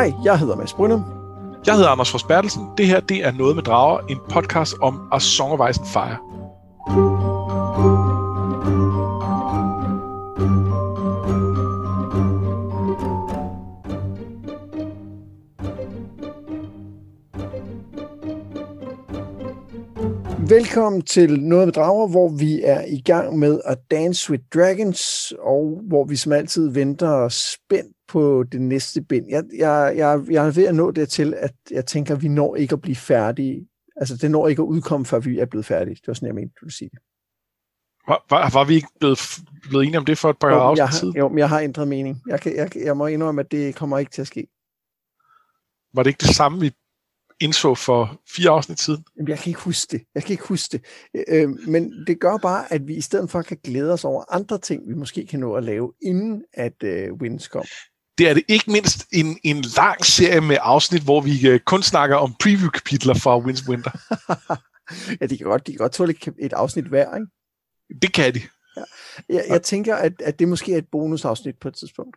Hej, jeg hedder Mads Brynum. Jeg hedder Anders Frost Bertelsen. Det her, det er Noget med Drager, en podcast om A Song of Ice and Fire. Velkommen til Noget med Drager, hvor vi er i gang med at Dance with Dragons, og hvor vi som altid venter spændt på det næste bind. Jeg er ved at nå dertil, at jeg tænker, at vi når ikke at blive færdige. Altså, det når ikke at udkomme, før vi er blevet færdige. Det var sådan, jeg mente, du vil sige det. Var vi ikke blevet enige om det for et par afsnit siden? Jo, men jeg har ændret mening. Jeg må indrømme, at det kommer ikke til at ske. Var det ikke det samme, vi indså for 4 afsnit siden? Jamen, jeg kan ikke huske det. Men det gør bare, at vi i stedet for kan glæde os over andre ting, vi måske kan nå at lave, inden at Winds kom. Det er det ikke mindst en lang serie med afsnit, hvor vi kun snakker om preview-kapitler fra Winds Winter. Ja, de kan godt tåle et afsnit hver, ikke? Det kan de. Ja. Jeg tænker, at det måske er et bonusafsnit på et tidspunkt.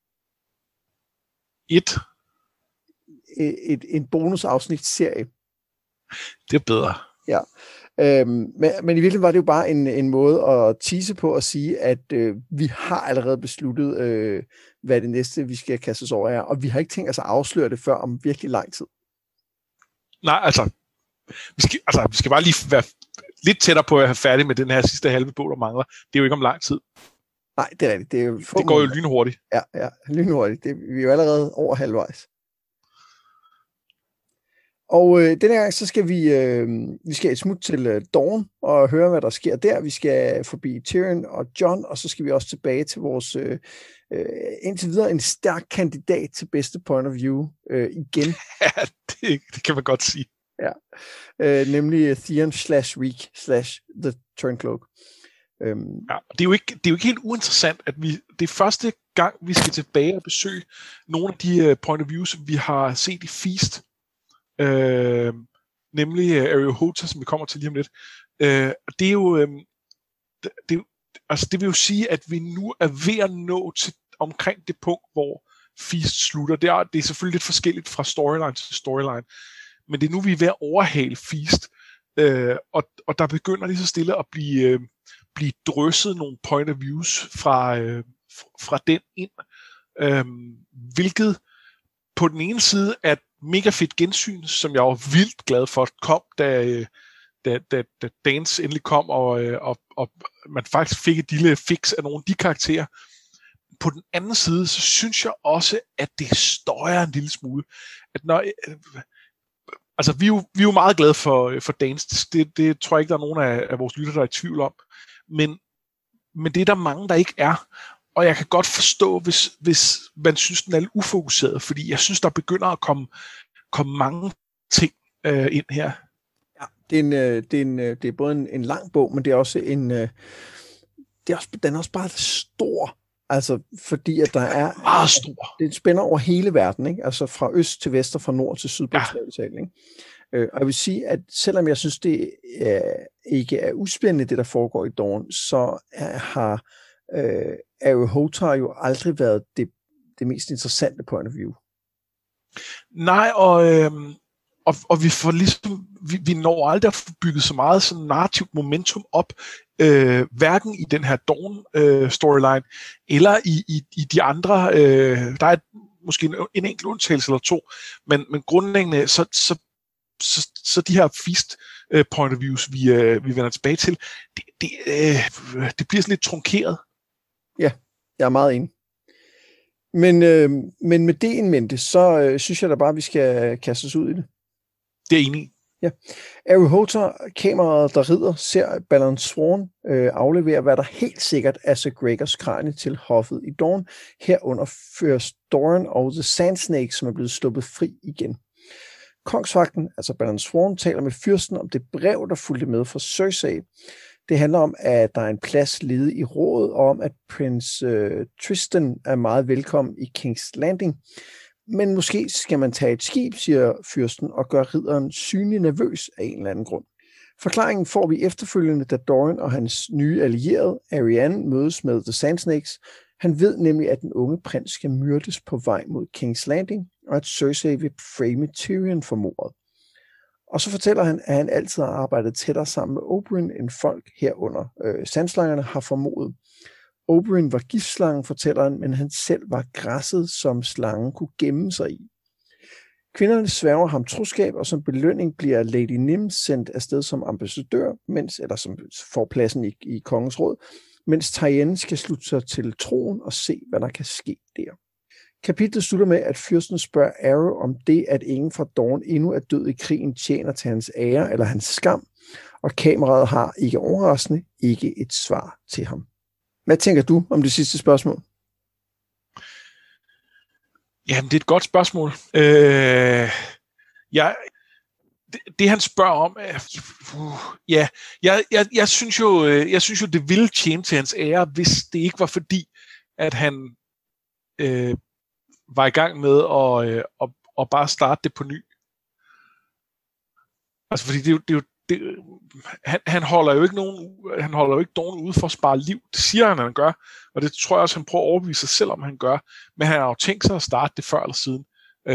En bonusafsnitsserie. Det er bedre. Ja. Men i virkeligheden var det jo bare en måde at tease på at sige, at vi har allerede besluttet, hvad det næste, vi skal kaste os over er, og vi har ikke tænkt os at afsløre det før om virkelig lang tid. Nej, altså, vi skal bare lige være lidt tættere på at have færdig med den her sidste halve bog, der mangler. Det er jo ikke om lang tid. Nej, det er rigtigt. Det går jo lynhurtigt. Ja, lynhurtigt. Vi er jo allerede over halvvejs. Og denne gang, så skal vi skal et smut til Dorne og høre, hvad der sker der. Vi skal forbi Tyrion og Jon, og så skal vi også tilbage til vores indtil videre en stærk kandidat til bedste point of view igen. Ja, det kan man godt sige. Ja, nemlig Theon /Reek /The Turncloak. Ja, det er jo ikke helt uinteressant, at det er første gang, vi skal tilbage og besøge nogle af de point of views, vi har set i Feast. Nemlig Areo Hotah, som vi kommer til lige om lidt. Det er jo det vil jo sige, at vi nu er ved at nå til omkring det punkt, hvor Feast slutter. Det er selvfølgelig lidt forskelligt fra storyline til storyline, men det er nu, vi er ved at overhale Feast, og der begynder lige så stille at blive drysset nogle point of views fra den ind, hvilket på den ene side er mega fedt gensyn, som jeg var vildt glad for, kom, da Dance endelig kom, og man faktisk fik et lille fix af nogle af de karakterer. På den anden side, så synes jeg også, at det støjer en lille smule. At når, altså, vi er jo meget glade for Dance. Det tror jeg ikke, der er nogen af vores lyttere, der er i tvivl om. Men det er der mange, der ikke er. Og jeg kan godt forstå, hvis man synes, den er lidt ufokuseret, fordi jeg synes, der begynder at komme mange ting ind her. Ja, det er både en lang bog, men det er også den er også bare stor. Altså, fordi at der er meget stor. Det spænder over hele verden, ikke? Altså fra øst til vest og fra nord til syd på Italien, ikke? Og jeg vil sige, at selvom jeg synes, det ikke er uspændende, det der foregår i Dawn, så har Areo Hotah jo aldrig været det mest interessante point of view. Nej, og vi får ligesom, vi når aldrig at få bygget så meget sådan narrativt momentum op, hverken i den her Dawn storyline, eller i de andre, der er måske en enkelt undtagelse eller to, men grundlæggende, så de her Feast point of views, vi vender tilbage til, det bliver sådan lidt trunkeret. Ja, jeg er meget enig. Men med det en mente, så synes jeg da bare, at vi skal kaste os ud i det. Det er enig. Ja. Areo Hotah, kameraet der rider, ser Balon Sworn aflevere, hvad der helt sikkert er Sir Gregors kranie til hoffet i Dorne. Herunder Fyrst Doran og The Sand Snake, som er blevet sluppet fri igen. Kongsvagten, altså Balon Sworn, taler med fyrsten om det brev, der fulgte med fra Cersei. Det handler om, at der er en plads ledig i rådet, og om, at prins Tristan er meget velkommen i King's Landing. Men måske skal man tage et skib, siger fyrsten, og gøre ridderen synlig nervøs af en eller anden grund. Forklaringen får vi efterfølgende, da Doran og hans nye allierede, Arianne, mødes med The Sand Snakes. Han ved nemlig, at den unge prins skal myrdes på vej mod King's Landing, og at Cersei vil frame Tyrion for mordet. Og så fortæller han, at han altid har arbejdet tættere sammen med Oberyn, end folk herunder sandslangerne har formodet. Oberyn var giftslangen, fortæller han, men han selv var græsset, som slangen kunne gemme sig i. Kvinderne sværger ham troskab, og som belønning bliver Lady Nym sendt afsted som ambassadør, eller som får pladsen i kongens råd, mens Tyrion skal slutte sig til troen og se, hvad der kan ske der. Kapitlet slutter med, at fyrsten spørger Arrow om det, at ingen fra Dorne endnu er død i krigen, tjener til hans ære eller hans skam, og kameraet har ikke overraskende ikke et svar til ham. Hvad tænker du om det sidste spørgsmål? Jamen, det er et godt spørgsmål. Det han spørger om, jeg synes jo, det ville tjene til hans ære, hvis det ikke var fordi, at han var i gang med at bare starte det på ny. Altså, fordi han holder jo ikke Dorne ude for at spare liv. Det siger han gør, og det tror jeg også, han prøver at overbevise sig selv om, han gør. Men han har jo tænkt sig at starte det før eller siden.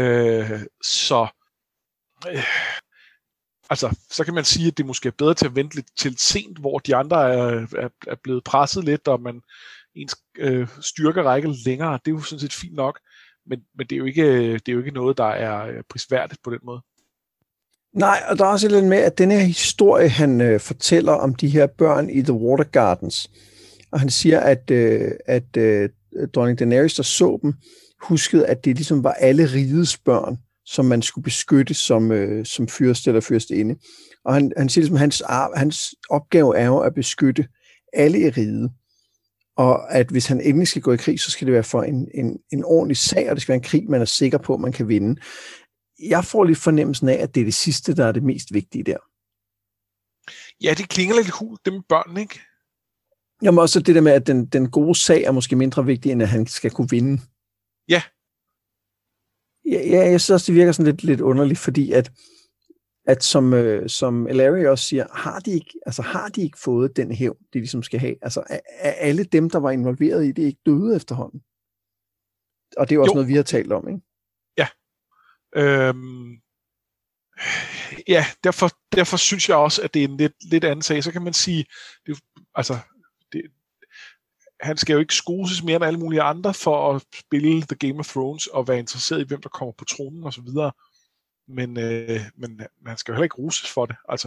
Så kan man sige, at det måske er bedre til at vente lidt til sent, hvor de andre er blevet presset lidt, og ens styrker rækker længere. Det er jo sådan set fint nok, men det er jo ikke noget, der er prisværdigt på den måde. Nej, og der er også lidt med, at den her historie, han fortæller om de her børn i The Water Gardens, og han siger, at dronning Daenerys, der så dem, huskede, at det ligesom var alle rigets børn, som man skulle beskytte som fyrste eller fyrstinde. Og han siger ligesom, hans opgave er jo at beskytte alle i riget, og at hvis han endelig skal gå i krig, så skal det være for en ordentlig sag, og det skal være en krig, man er sikker på, man kan vinde. Jeg får lidt fornemmelsen af, at det er det sidste, der er det mest vigtige der. Ja, det klinger lidt hult, det med børnene, ikke? Jamen også det der med, at den gode sag er måske mindre vigtig, end at han skal kunne vinde. Ja. Ja, jeg synes også, det virker sådan lidt underligt, fordi at som Ellery også siger, har de ikke fået den hævn, de ligesom skal have? Altså, er alle dem, der var involveret i det, ikke døde efterhånden? Og det er jo også noget, vi har talt om, ikke? Ja. Ja, derfor synes jeg også, at det er en lidt anden sag. Så kan man sige, han skal jo ikke skoses mere end alle mulige andre for at spille The Game of Thrones og være interesseret i, hvem der kommer på tronen og så videre. Men han skal jo heller ikke roses for det. Altså,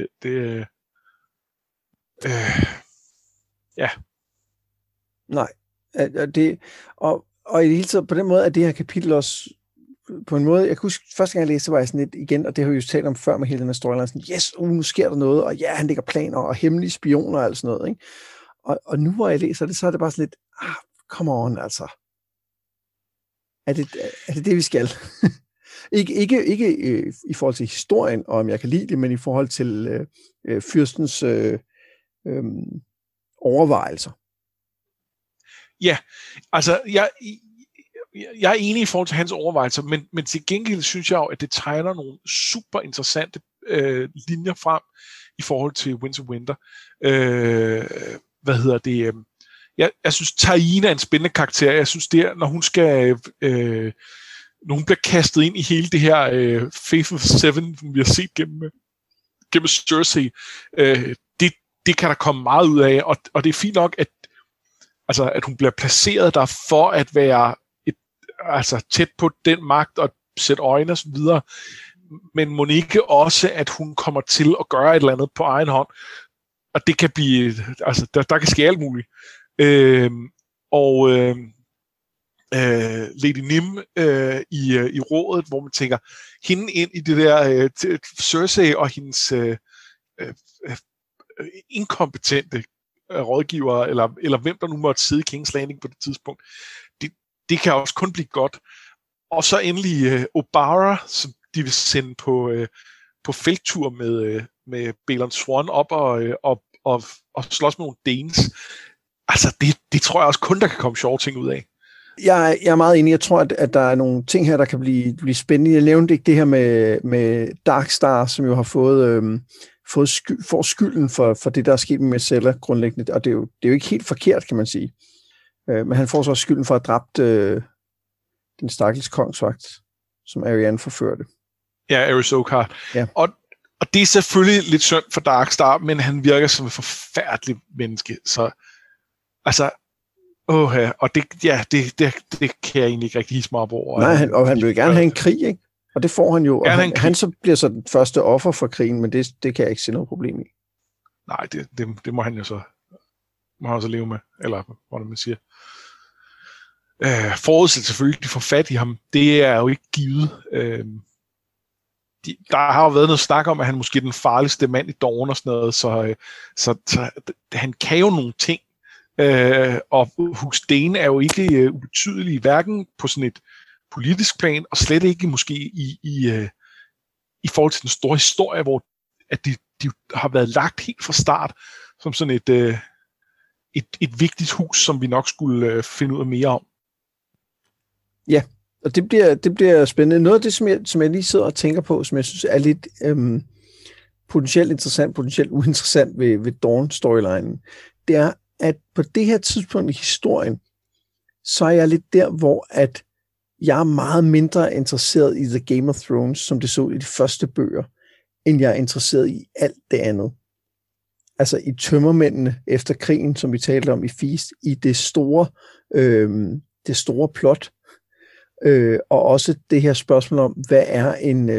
ja. Nej. Og i det hele taget, på den måde er det her kapitel også på en måde, jeg kan huske, første gang jeg læste, var jeg sådan lidt igen, og det har vi jo talt om før med hele den her storyline, sådan, yes, nu sker der noget, og ja, han lægger planer, og hemmelige spioner og alt sådan noget, ikke? Og nu, hvor jeg læser det, så er det bare sådan lidt, come on, altså. Er det, vi skal? ikke i forhold til historien, og om jeg kan lide det, men i forhold til fyrstens overvejelser. Ja, altså, jeg er enig i forhold til hans overvejelser, men til gengæld synes jeg jo, at det tegner nogle super interessante linjer frem i forhold til Winter. Jeg synes, Taina er en spændende karakter. Jeg synes, det er, når hun skal... når hun bliver kastet ind i hele det her Faithful Seven, som vi har set gennem Cersei, det kan der komme meget ud af, og det er fint nok, at hun bliver placeret der for at være tæt på den magt og sætte øjne og så videre, men må ikke også, at hun kommer til at gøre et eller andet på egen hånd, og det kan blive, der kan ske alt muligt. Lady Nym i rådet, hvor man tænker, hende ind i det der Cersei og hendes inkompetente rådgivere, eller hvem der nu måtte sidde i King's Landing på det tidspunkt, det kan også kun blive godt. Og så endelig Obara, som de vil sende på felttur med Balon Swan op og slås med nogle Danes. Altså, det tror jeg også kun, der kan komme sjove ting ud af. Jeg er meget enig. Jeg tror, at der er nogle ting her, der kan blive spændende. Jeg nævnte ikke det her med Darkstar, som jo har får skylden for det, der er sket med Myrcella grundlæggende. Og det er jo ikke helt forkert, kan man sige. Men han får så skylden for at have dræbt den stakkels kongsvagt. som Arianne forførte. Ja, Arisokar. Ja. Og det er selvfølgelig lidt synd for Darkstar, men han virker som et forfærdeligt menneske. Så, altså, og det kan jeg egentlig ikke rigtig hisse mig op over. Nej, han vil gerne have en krig, ikke? Og det får han jo, og han så bliver så den første offer for krigen, men det kan jeg ikke se noget problem i. Nej, det må han jo så leve med, eller hvordan man siger. Forudsat selvfølgelig, de får fat i ham, det er jo ikke givet. Der har jo været noget snak om, at han måske er den farligste mand i Dawn og sådan noget, så han kan jo nogle ting. Og Hugh Dane er jo ikke ubetydelig, hverken på sådan et politisk plan, og slet ikke måske i forhold til den store historie, hvor at de har været lagt helt fra start som sådan et vigtigt hus, som vi nok skulle finde ud af mere om. Ja, og det bliver spændende. Noget af det, som jeg lige sidder og tænker på, som jeg synes er lidt potentielt interessant, potentielt uinteressant ved Dawn-storylinen, det er, at på det her tidspunkt i historien, så er jeg lidt der, hvor at jeg er meget mindre interesseret i The Game of Thrones, som det så i de første bøger, end jeg er interesseret i alt det andet. Altså i tømmermændene efter krigen, som vi talte om i Feast, i det store plot, og også det her spørgsmål om, hvad er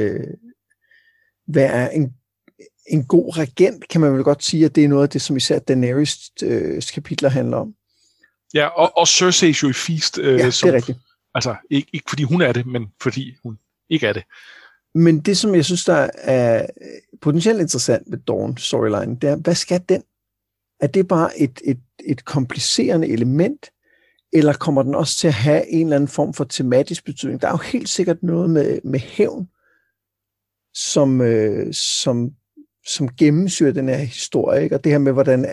en god regent, kan man vel godt sige, at det er noget af det, som især Daenerys kapitler handler om. Ja, og Cersei er jo i Feast. Ja, det er rigtigt. Altså, ikke fordi hun er det, men fordi hun ikke er det. Men det, som jeg synes, der er potentielt interessant ved Dawn storyline, det er, hvad skal den? Er det bare et komplicerende element, eller kommer den også til at have en eller anden form for tematisk betydning? Der er jo helt sikkert noget med hævn, som gennemsyrer den her historie, ikke? Og det her med, hvordan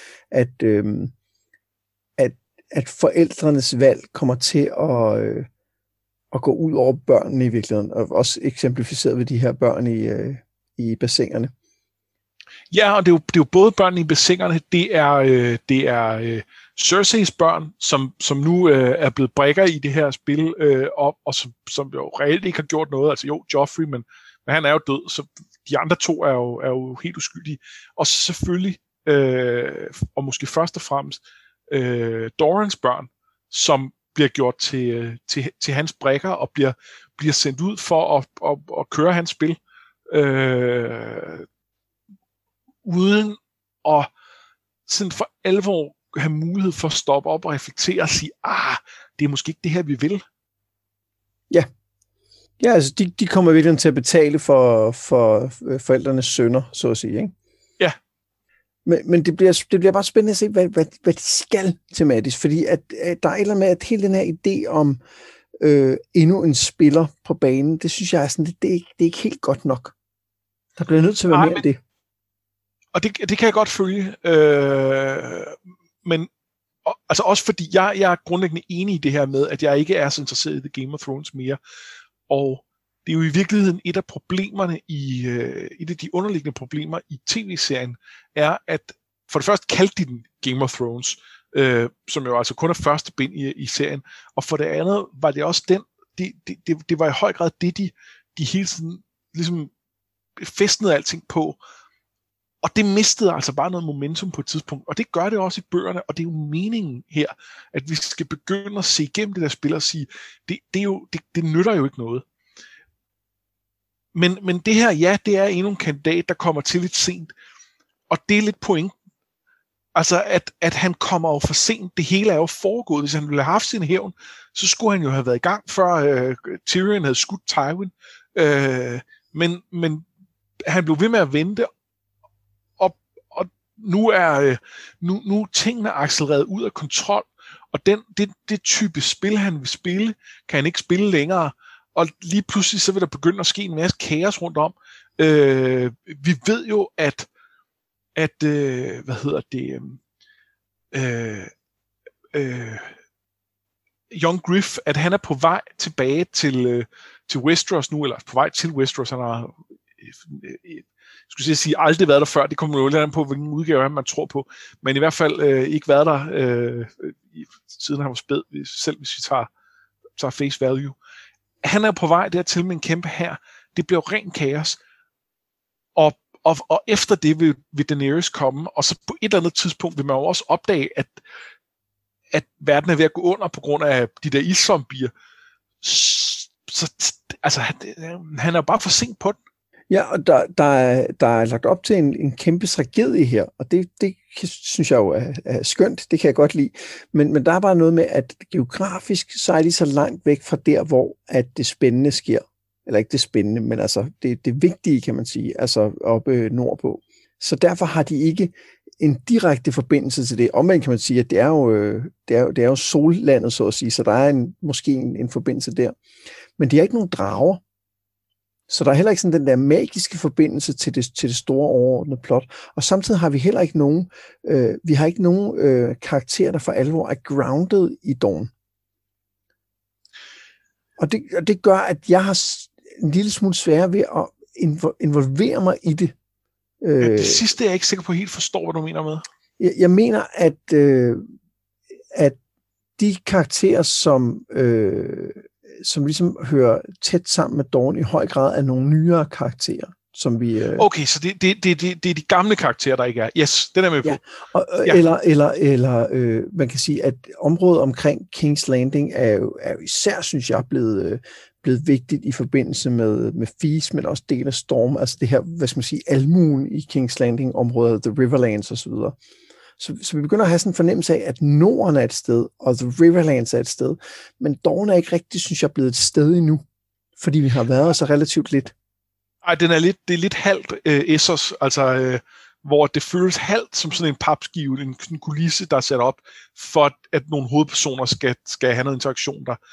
at forældrenes valg kommer til at gå ud over børnene i virkeligheden, og også eksemplificeret ved de her børn i bassinerne. Ja, og det er jo både børnene i bassinerne, det er Cerseis børn, som nu er blevet brikker i det her spil, og som jo reelt ikke har gjort noget. Altså jo, Joffrey, men han er jo død, så de andre to er jo helt uskyldige. Og så selvfølgelig, og måske først og fremmest, Dorans børn, som bliver gjort til hans brikker og bliver sendt ud for at køre hans spil, uden at sådan for alvor have mulighed for at stoppe op og reflektere og sige, det er måske ikke det her, vi vil. Ja, altså de kommer virkelig til at betale for forældrenes synder, så at sige, ikke? Ja. Men det bliver bare spændende at se, hvad de skal tematisk, fordi at der er et eller andet med, at hele den her idé om endnu en spiller på banen, det synes jeg er sådan, det er ikke helt godt nok. Der bliver nødt til at være mere af det. Og det kan jeg godt følge, men altså også fordi jeg er grundlæggende enig i det her med, at jeg ikke er så interesseret i The Game of Thrones mere, og det er jo i virkeligheden et af problemerne et af de underliggende problemer i tv-serien, er at for det første kaldte de den Game of Thrones, som jo altså kun er første bind i serien, og for det andet var det også det var i høj grad det, de hele tiden ligesom fæstnede alting på, og det mistede altså bare noget momentum på et tidspunkt, og det gør det også i bøgerne, og det er jo meningen her, at vi skal begynde at se igennem det der spil og sige, det nytter jo ikke noget. Men det her, ja, det er endnu en kandidat, der kommer til lidt sent, og det er lidt pointen. Altså, at han kommer jo for sent, det hele er jo foregået. Hvis han ville have haft sin hævn, så skulle han jo have været i gang, før Tyrion havde skudt Tywin. Men han blev ved med at vente, og nu er tingene accelereret ud af kontrol, og det type spil, han vil spille, kan han ikke spille længere, og lige pludselig så vil der begynde at ske en masse kaos rundt om. Vi ved jo, at Young Griff, at han er på vej tilbage til Westeros nu, eller på vej til Westeros. Han har skulle sige aldrig været der før. Det kommer jo lidt an på, hvilken udgave man tror på, men i hvert fald ikke været der siden han var spæd, selv hvis vi tager face value. han er på vej dertil med en kæmpe hær. Det bliver jo ren kaos. Og efter det vil Daenerys komme, og så på et eller andet tidspunkt vil man jo også opdage, at verden er ved at gå under på grund af de der iszombier. Så altså, han er jo bare for sent på den. Ja, og der er lagt op til en kæmpe tragedie her, og det synes jeg jo er skønt, det kan jeg godt lide. Men der er bare noget med, at geografisk, så er de så langt væk fra der, hvor at det spændende sker. Eller ikke det spændende, men altså det vigtige, kan man sige, altså oppe nordpå. Så derfor har de ikke en direkte forbindelse til det. Omvendt kan man sige, at det er jo sollandet, så at sige, så der er måske en forbindelse der. Men de har ikke nogen drager. Så der er heller ikke sådan den der magiske forbindelse til det store overordnede plot. Og samtidig har vi heller ikke nogen, karakterer, der for alvor er grounded i Dorne. Og det gør, at jeg har en lille smule sværere ved at involvere mig i det. Det sidste er jeg ikke sikker på helt forstår, hvad du mener med. Jeg mener, at de karakterer, som ligesom hører tæt sammen med Dorne, i høj grad er nogle nyere karakterer, som vi... Okay, så det er de gamle karakterer, der ikke er. Yes, den er med på. Ja. Eller man kan sige, at området omkring King's Landing er jo især, synes jeg, blevet vigtigt i forbindelse med Feast, men også del af Storm, altså det her, hvad skal man sige, almuen i King's Landing-området, The Riverlands osv. Så vi begynder at have sådan en fornemmelse af, at Norden er et sted, og The Riverlands er et sted, men Dorne er ikke rigtig, synes jeg, blevet et sted endnu, fordi vi har været så relativt lidt. Ej, det er lidt halvt Essos, altså hvor det føles halvt som sådan en papskive, en kulisse, der er sat op, for at nogle hovedpersoner skal have noget interaktion der.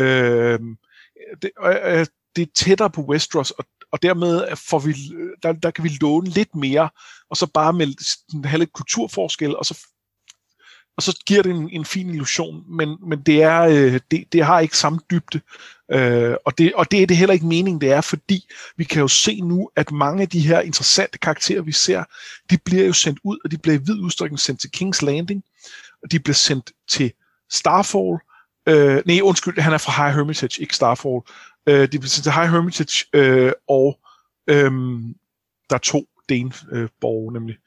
Det er tættere på Westeros, og dermed får vi, der kan vi låne lidt mere, og så bare med have lidt kulturforskel, og så giver det en fin illusion, men det har ikke samme dybde, og det er det heller ikke meningen, det er, fordi vi kan jo se nu, at mange af de her interessante karakterer, vi ser, de bliver jo sendt ud, og de bliver i vid udstrækning sendt til King's Landing, og de bliver sendt til Starfall. Han er fra High Hermitage, ikke Starfall. De bliver sendt til High Hermitage, og der er 2 Dane-borge nemlig.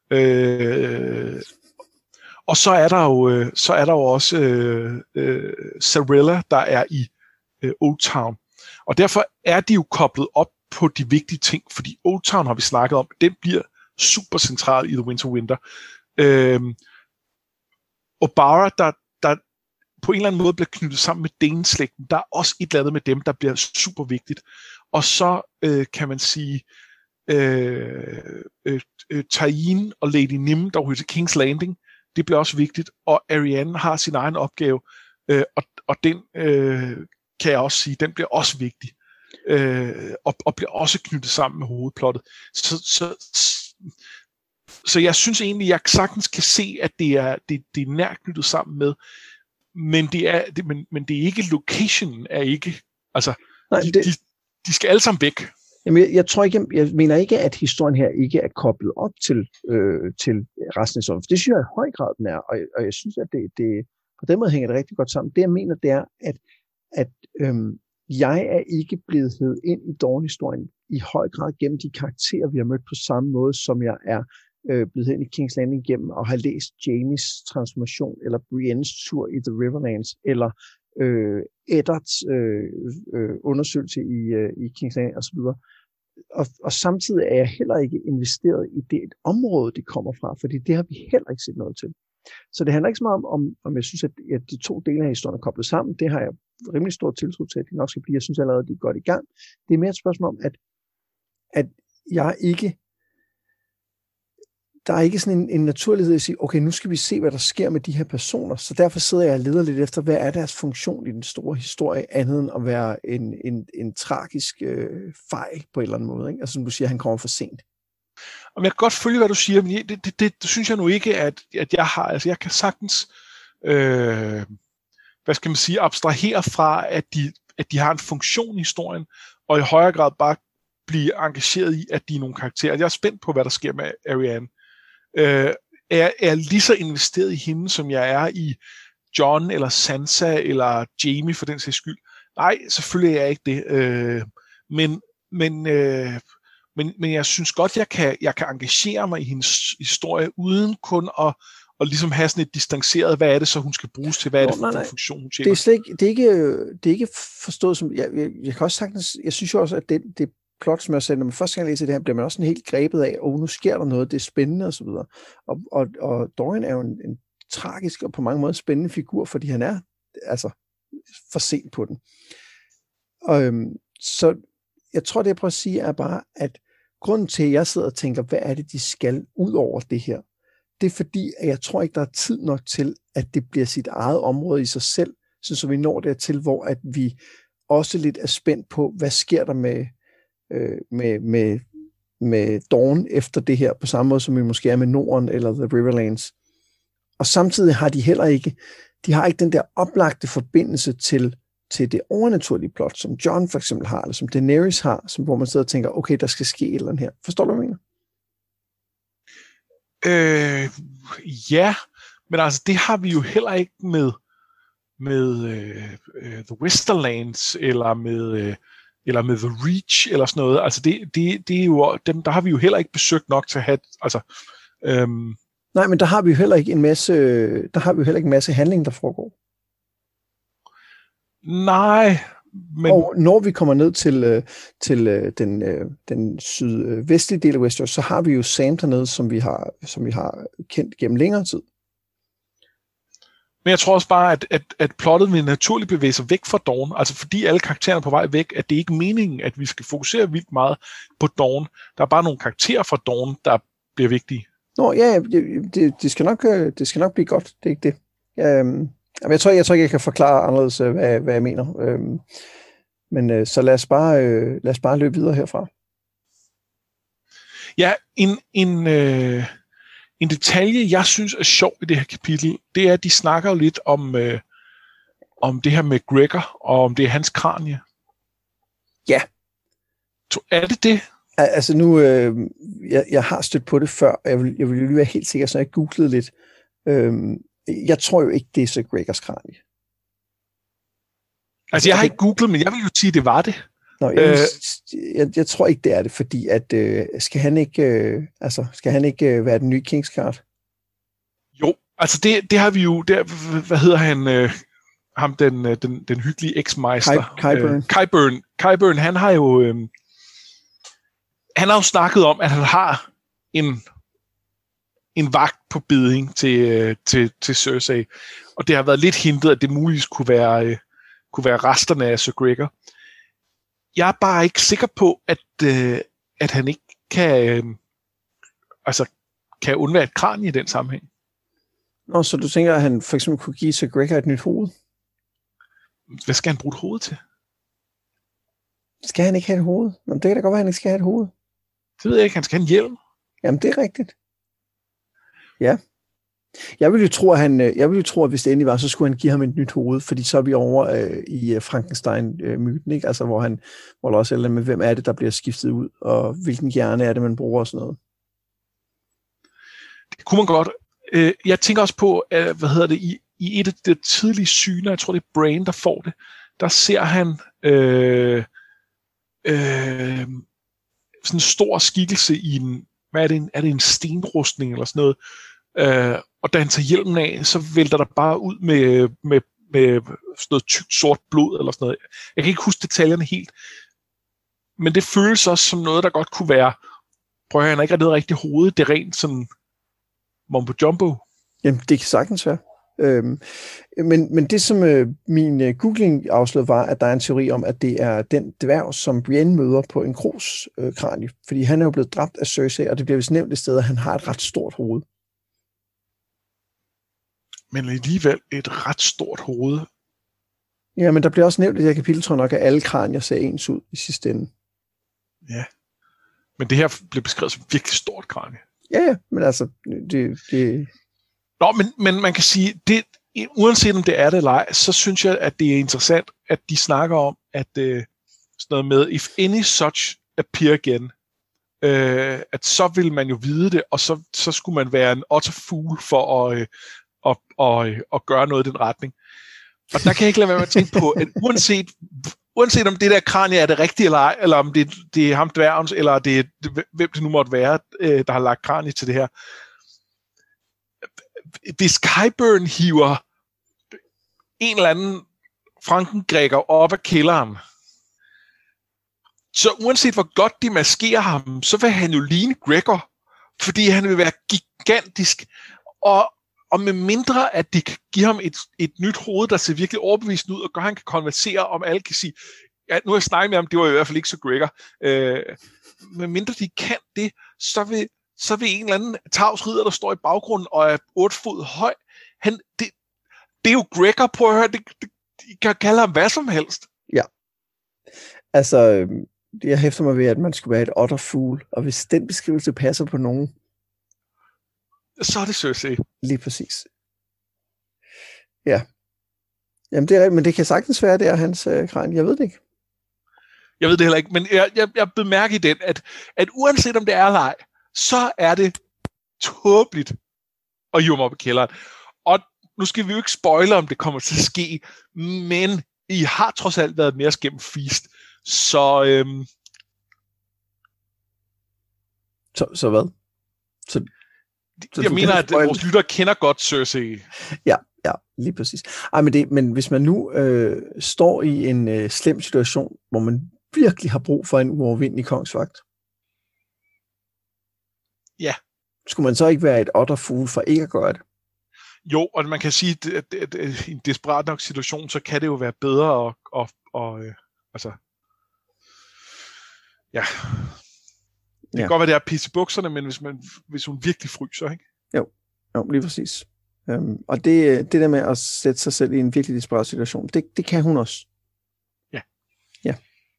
Og så er der jo også Sarella, der er i Old Town. Og derfor er de jo koblet op på de vigtige ting, fordi Old Town har vi snakket om, den bliver super central i The Winter. Obara, der på en eller anden måde bliver knyttet sammen med Dane-slægten, der er også et eller andet med dem, der bliver super vigtigt. Og så kan man sige, Tyene og Lady Nym, der hører til King's Landing, det bliver også vigtigt, og Arianne har sin egen opgave, og den kan jeg også sige, den bliver også vigtig, og bliver også knyttet sammen med hovedplottet. Så jeg synes egentlig, jeg sagtens kan se, at det er nært knyttet sammen med, men det er ikke, locationen er ikke, altså, nej, de skal alle sammen væk. Jamen, jeg mener ikke, at historien her ikke er koblet op til resten af historien. Det synes jeg i høj grad, den er, og jeg synes, at det på den måde hænger det rigtig godt sammen. Det, jeg mener, det er, at jeg er ikke blevet hevet ind i Dorne-historien i høj grad gennem de karakterer, vi har mødt på samme måde, som jeg er blevet hen i King's Landing gennem og har læst Jaimes transformation, eller Briennes tur i The Riverlands, eller Eddards undersøgelse i King's Landing osv. Og samtidig er jeg heller ikke investeret i det område, de kommer fra, fordi det har vi heller ikke set noget til. Så det handler ikke så meget om jeg synes, at de 2 dele af historien er koblet sammen. Det har jeg rimelig stor tiltro til, at de nok skal blive. Jeg synes allerede, de er godt i gang. Det er mere et spørgsmål om, at jeg ikke... Der er ikke sådan en naturlighed at sige, okay, nu skal vi se, hvad der sker med de her personer. Så derfor sidder jeg og leder lidt efter, hvad er deres funktion i den store historie, andet end at være en tragisk fejl på en eller anden måde. Ikke? Altså som du siger, han kommer for sent. Og jeg kan godt følge, hvad du siger, men det synes jeg nu ikke, at jeg har. Altså jeg kan sagtens, hvad skal man sige, abstrahere fra, at de har en funktion i historien, og i højere grad bare blive engageret i, at de er nogle karakterer. Jeg er spændt på, hvad der sker med Arianne. Er lige så investeret i hende, som jeg er i Jon, eller Sansa, eller Jaime for den sags skyld. Nej, selvfølgelig er jeg ikke det. Men jeg synes godt, jeg kan engagere mig i hendes historie, uden kun at ligesom have sådan et distanceret, hvad er det så, hun skal bruges til, hvad er det for en funktion, hun tjener. Det er ikke forstået som, jeg kan også sagtens, jeg synes jo også, at det plot, som jeg sagde, når man første gang læser det her, bliver man også sådan helt grebet af, nu sker der noget, det er spændende og så videre. Og Dorian er jo en tragisk og på mange måder spændende figur, fordi han er altså for sent på den. Så jeg tror, det jeg prøver at sige, er bare, at grunden til, at jeg sidder og tænker, hvad er det, de skal ud over det her, det er fordi, at jeg tror ikke, der er tid nok til, at det bliver sit eget område i sig selv, så vi når dertil, hvor at vi også lidt er spændt på, hvad sker der med Dawn efter det her, på samme måde som vi måske er med Norden eller The Riverlands. Og samtidig har de heller ikke, den der oplagte forbindelse til det overnaturlige plot, som Jon for eksempel har, eller som Daenerys har, hvor man sidder og tænker, okay, der skal ske et eller andet her. Forstår du, hvad jeg mener? Ja, men altså, det har vi jo heller ikke med The Westerlands, eller med The Reach, eller sådan noget. Altså, det er jo, dem, der har vi jo heller ikke besøgt nok til at have, altså... Nej, men der har vi jo heller ikke en masse handling, der foregår. Nej, men... Og når vi kommer ned til den sydvestlige del af Westeros, så har vi jo Sam dernede, som vi har kendt gennem længere tid. Men jeg tror også bare, at plottet vil naturligt bevæge sig væk fra Dawn, altså fordi alle karaktererne er på vej væk, at det ikke er meningen, at vi skal fokusere vildt meget på Dawn. Der er bare nogle karakterer fra Dawn, der bliver vigtige. Nå, ja, det skal nok blive godt, det er ikke det. Jeg tror ikke, jeg kan forklare anderledes, hvad jeg mener. Men så lad os bare løbe videre herfra. Ja, en detalje, jeg synes er sjov i det her kapitel, det er, at de snakker jo lidt om det her med Gregor, og om det er hans kranie. Ja. Er det det? Altså nu, jeg har stødt på det før, og jeg vil lige være helt sikker, så jeg googlede lidt. Jeg tror jo ikke, det er så Gregors kranie. Altså, jeg har ikke googlet, men jeg vil jo sige, det var det. Nå, jeg tror ikke, det er det, fordi at skal han ikke være den nye Kingsguard? Jo, altså det har vi jo, hvad hedder han, ham den hyggelige ex-meister? Qyburn, han har jo snakket om, at han har en vagt på beding til Cersei, og det har været lidt hintet, at det muligvis kunne være resterne af Sir Gregor. Jeg er bare ikke sikker på, at han ikke kan undvære et kranie i den sammenhæng. Nå, så du tænker, at han for eksempel kunne give Sir Gregor et nyt hoved? Hvad skal han bruge et hoved til? Skal han ikke have et hoved? Nå, det kan da godt være, at han ikke skal have et hoved. Det ved jeg ikke, han skal have en hjelm. Jamen, det er rigtigt. Ja. Jeg ville jo tro, at hvis det endelig var, så skulle han give ham et nyt hoved, fordi så er vi over i Frankenstein-myten, ikke? Altså, hvor der også er med, hvem er det, der bliver skiftet ud, og hvilken hjerne er det, man bruger og sådan noget. Det kunne man godt. Jeg tænker også på, i et af de tidlige syner, jeg tror, det er Brain, der får det, der ser han sådan en stor skikkelse i er det en stenrustning eller sådan noget, og da han tager hjelmen af, så vælter der bare ud med sådan noget tykt sort blod eller sådan noget. Jeg kan ikke huske detaljerne helt, men det føles også som noget, der godt kunne være, prøv at høre, han har ikke reddet rigtig hovedet, det er rent sådan mumbo jumbo. Jamen, det kan sagtens være. Men det, som min googling afslørede, var, at der er en teori om, at det er den dværg, som Brienne møder på en kruskranie, fordi han er jo blevet dræbt af Cersei, og det bliver vist nævnt et sted, at han har et ret stort hoved. Men alligevel et ret stort hoved. Ja, men der bliver også nævnt i det her kapitel, tror jeg nok, at alle kranier ser ens ud i sidste ende. Ja, men det her bliver beskrevet som virkelig stort kranie. Ja, men altså, det... Nå, men man kan sige, uanset om det er det eller ej, så synes jeg, at det er interessant, at de snakker om, at sådan noget med, if any such appear again, at så vil man jo vide det, og så skulle man være en utter fool for at gøre noget i den retning. Og der kan jeg ikke lade være med at tænke på, at uanset om det der kranie er det rigtige eller ej, eller om det er ham dværgens, eller hvem det nu måtte være, der har lagt kranie til det her. Hvis Qyburn hiver en eller anden frankengræker op af kælderen, så uanset hvor godt de maskerer ham, så vil han jo ligne Gregor, fordi han vil være gigantisk, og med mindre at de kan give ham et nyt hoved, der ser virkelig overbevisende ud, og gør, han kan konversere, om alle kan sige, ja, nu har jeg snakket med ham, det var i hvert fald ikke så Gregor. Med mindre de kan det, så vil en eller anden tavs ridder, der står i baggrunden og er 8 fod høj, det er jo Gregor, på at høre, de kan kalde ham hvad som helst. Ja. Altså, jeg hæfter mig ved, at man skulle være et otterfugl, og hvis den beskrivelse passer på nogen, så er det Cersei. Lige præcis. Ja. Jamen det er rigtigt, men det kan sagtens være, det er hans kranie. Jeg ved det ikke. Jeg ved det heller ikke, men jeg bed mærke i den, at uanset om det er eller ej, så er det tåbeligt at hive mig op i kælderen. Og nu skal vi jo ikke spoile, om det kommer til at ske, men I har trods alt været mere skæmt feast. Så hvad? Så jeg mener, at vores lytter kender godt Cersei. Ja, lige præcis. Men hvis man nu står i en slem situation, hvor man virkelig har brug for en uovervindelig kongsvagt, ja. Skulle man så ikke være et otterfugl for ikke at gøre det? Jo, og man kan sige, at i en desperat nok situation, så kan det jo være bedre altså, ja. Det kan godt være, det er pisse bukserne, men hvis hun virkelig fryser, ikke? Jo, lige præcis. Og det der med at sætte sig selv i en virkelig desperat situation, det kan hun også. Ja.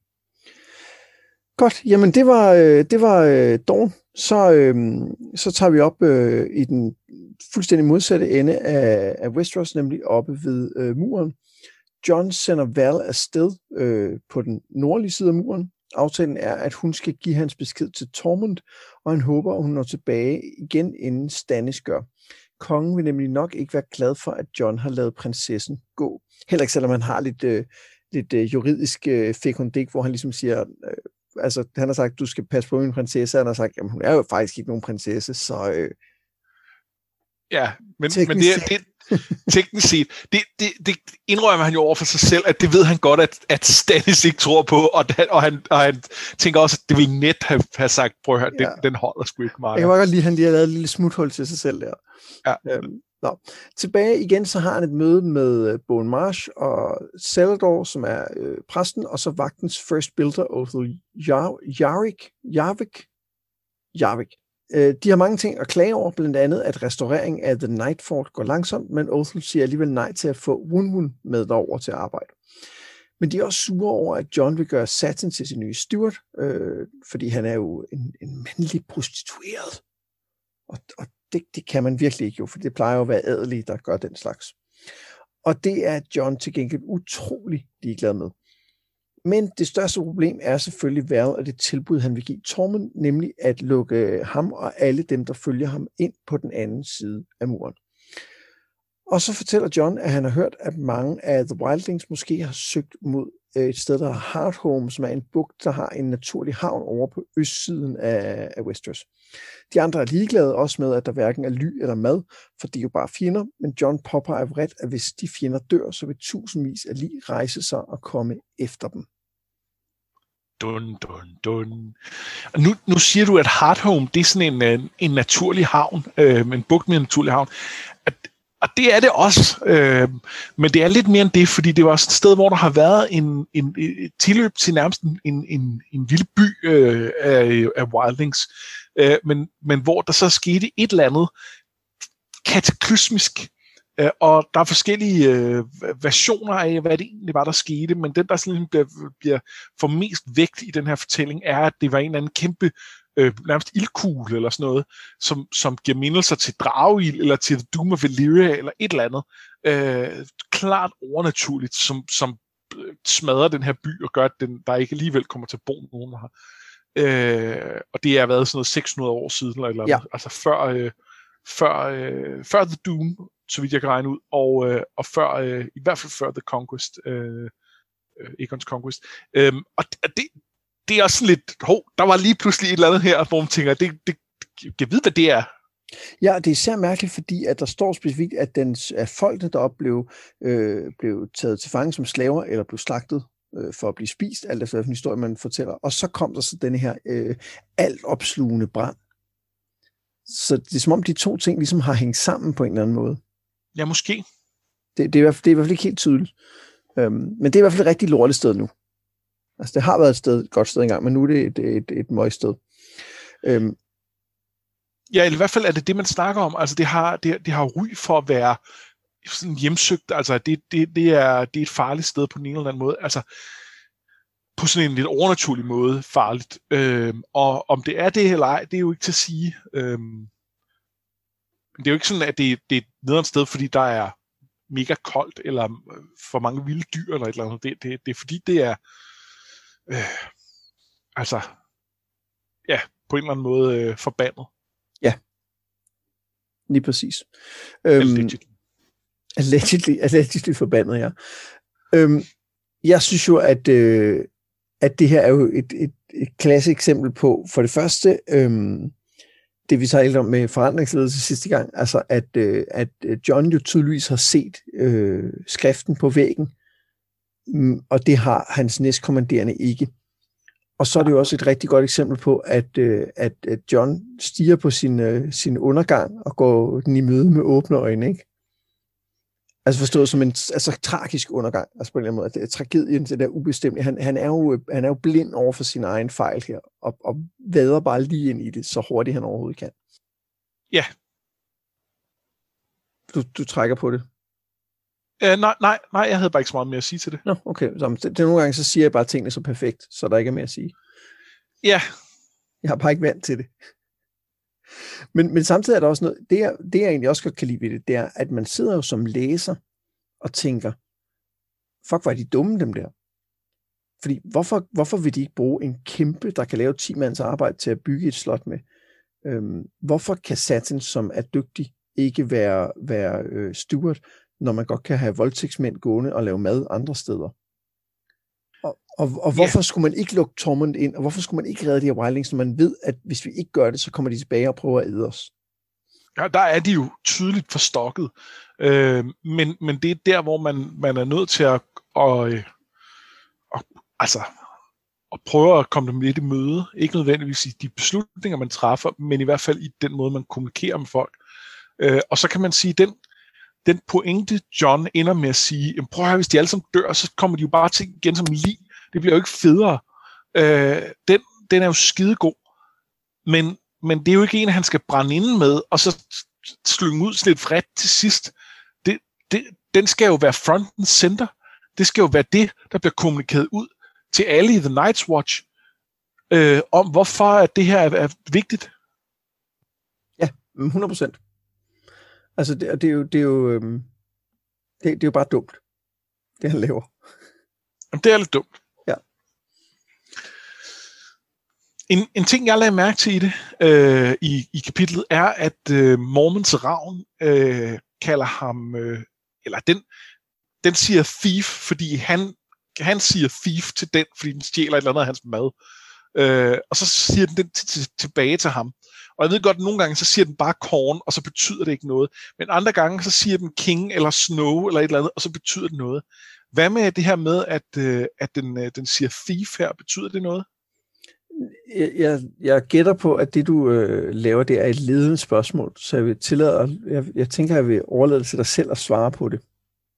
Godt, jamen det var Dawn. Så tager vi op i den fuldstændig modsatte ende af Westeros, nemlig oppe ved muren. Jon sender Val afsted på den nordlige side af muren. Aftalen er, at hun skal give hans besked til Tormund, og han håber, at hun når tilbage igen, inden Stannis gør. Kongen vil nemlig nok ikke være glad for, at Jon har ladet prinsessen gå. Heller ikke selvom han har lidt juridisk fekundik, hvor han ligesom siger, altså han har sagt, du skal passe på min prinsesse, og han har sagt, jamen hun er jo faktisk ikke nogen prinsesse, så ja, men det teknisk set, det indrømmer han jo over for sig selv, at det ved han godt, at Stannis ikke tror på, og han tænker også, at det vil net have sagt, prøv at høre, ja. Den holder sgu ikke meget. Jeg kan godt lide, at han lige har lavet et lille smuthul til sig selv der. Ja. Tilbage igen, så har han et møde med Bone Marsh og Celador, som er præsten, og så vagtens first builder, Othel Jarvik. De har mange ting at klage over, blandt andet, at restaureringen af The Nightfort går langsomt, men Othel siger alligevel nej til at få Wun med derover til at arbejde. Men de er også sure over, at Jon vil gøre Satin til sin nye steward, fordi han er jo en mandlig prostitueret. Og det kan man virkelig ikke jo, for det plejer jo at være adelige, der gør den slags. Og det er Jon til gengæld utrolig ligeglad med. Men det største problem er selvfølgelig Val og det tilbud, han vil give Tormund, nemlig at lukke ham og alle dem, der følger ham, ind på den anden side af muren. Og så fortæller Jon, at han har hørt, at mange af The Wildlings måske har søgt mod et sted, der har Hardhome, som er en bugt, der har en naturlig havn over på østsiden af Westeros. De andre er ligeglade også med, at der hverken er ly eller mad, for de er jo bare fjender, men Jon påpeger vredt, at hvis de fjender dør, så vil tusindvis af lig rejse sig og komme efter dem. Dun. Nu siger du, at Hardhome, det er sådan en naturlig havn, en bugt med en naturlig havn. Og det er det også, men det er lidt mere end det, fordi det var også et sted, hvor der har været et tilløb til nærmest en lille by af Wildlings, men hvor der så skete et eller andet kataklysmisk, og der er forskellige versioner af, hvad det egentlig var, der skete, men den, der sådan bliver for mest vægt i den her fortælling, er, at det var en eller anden kæmpe nærmest ildkugle eller sådan noget, som giver mindelser til Drageild eller til The Doom of Valyria eller et eller andet. Klart overnaturligt, som smadrer den her by og gør, at der ikke alligevel kommer til at bo nogen her. Og det har været sådan noget 600 år siden, eller ja. Altså før The Doom, så vidt jeg kan regne ud, og før, i hvert fald før The Conquest, Aegons Conquest. Og det er også sådan lidt, der var lige pludselig et eller andet her, hvor man tænker, det jeg ved, hvad det er. Ja, det er især mærkeligt, fordi at der står specifikt, at folkene deroppe blev taget til fange som slaver, eller blev slagtet for at blive spist, alt efter hvilken historie man fortæller. Og så kom der så denne her alt opslugende brand. Så det er som om de to ting ligesom har hængt sammen på en eller anden måde. Ja, måske. Det er i hvert fald ikke helt tydeligt. Men det er i hvert fald et rigtig lortet sted nu. Altså, det har været et godt sted engang, men nu er det et møgsted. Ja, i hvert fald er det man snakker om. Altså, det har ry for at være sådan hjemsøgt. Altså, det er et farligt sted på en eller anden måde. Altså, på sådan en lidt overnaturlig måde farligt. Og om det er det eller ej, det er jo ikke til at sige. Det er jo ikke sådan, at det er et nederen sted, fordi der er mega koldt, eller for mange vilde dyr, eller et eller andet. Det er fordi, det er altså, ja, på en eller anden måde forbandet. Ja, lige præcis. Allegedly forbandet, ja. Jeg synes jo, at det her er jo et klasse eksempel på, for det første, det vi talte om med forandringsledelse sidste gang, altså at Jon jo tydeligvis har set skriften på væggen, og det har hans næstkommanderende ikke. Og så er det jo også et rigtig godt eksempel på, at Jon stiger på sin undergang og går den i møde med åbne øjne, ikke? Altså forstået som en tragisk undergang, altså på en eller anden måde. Det er tragedien, det der ubestemte. Han er jo blind over for sin egen fejl her, og vader bare lige ind i det, så hurtigt han overhovedet kan. Ja. Du trækker på det? Nej, jeg havde bare ikke så meget mere at sige til det. Nå, okay. Det nogle gange, så siger jeg bare tingene så perfekt, så der ikke er mere at sige. Ja. Jeg har bare ikke vant til det. Men samtidig er der også noget, det jeg egentlig også godt kan lide ved det, det er, at man sidder jo som læser og tænker, fuck, hvor er de dumme, dem der. Fordi hvorfor vil de ikke bruge en kæmpe, der kan lave 10 mands arbejde til at bygge et slot med? Hvorfor kan Satin, som er dygtig, ikke være steward, når man godt kan have voldtægtsmænd gående og lave mad andre steder? Og hvorfor skulle man ikke lukke Tormund ind, og hvorfor skulle man ikke redde de her wildlings, når man ved, at hvis vi ikke gør det, så kommer de tilbage og prøver at æde os? Ja, der er de jo tydeligt forstokket. Men det er der, hvor man er nødt til at prøve at komme dem lidt i møde. Ikke nødvendigvis i de beslutninger, man træffer, men i hvert fald i den måde, man kommunikerer med folk. Og så kan man sige, den pointe, Jon ender med at sige, prøv at høre, hvis de alle sammen dør, så kommer de jo bare til igen som lig. Det bliver jo ikke federe. Den er jo skidegod. Men det er jo ikke en, han skal brænde inde med, og så slynge ud sådan lidt vredt til sidst. Den skal jo være front and center. Det skal jo være det, der bliver kommunikeret ud til alle i The Night's Watch, om hvorfor det her er vigtigt. Ja, 100%. Altså, det er jo bare dumt, det han laver. Det er lidt dumt. Ja. En ting, jeg lagde mærke til i det, i kapitlet, er, at Mormonts ravn kalder ham, eller den siger thief, fordi han siger thief til den, fordi den stjæler et eller andet af hans mad. Og så siger den tilbage til ham. Og jeg ved godt, at nogle gange så siger den bare corn, og så betyder det ikke noget. Men andre gange så siger den king eller snow eller et eller andet, og så betyder det noget. Hvad med det her med, at den siger thief her? Betyder det noget? Jeg gætter på, at det du laver, det er et ledende spørgsmål. Så jeg vil jeg tænker, at jeg vil overlade det til dig selv at svare på det.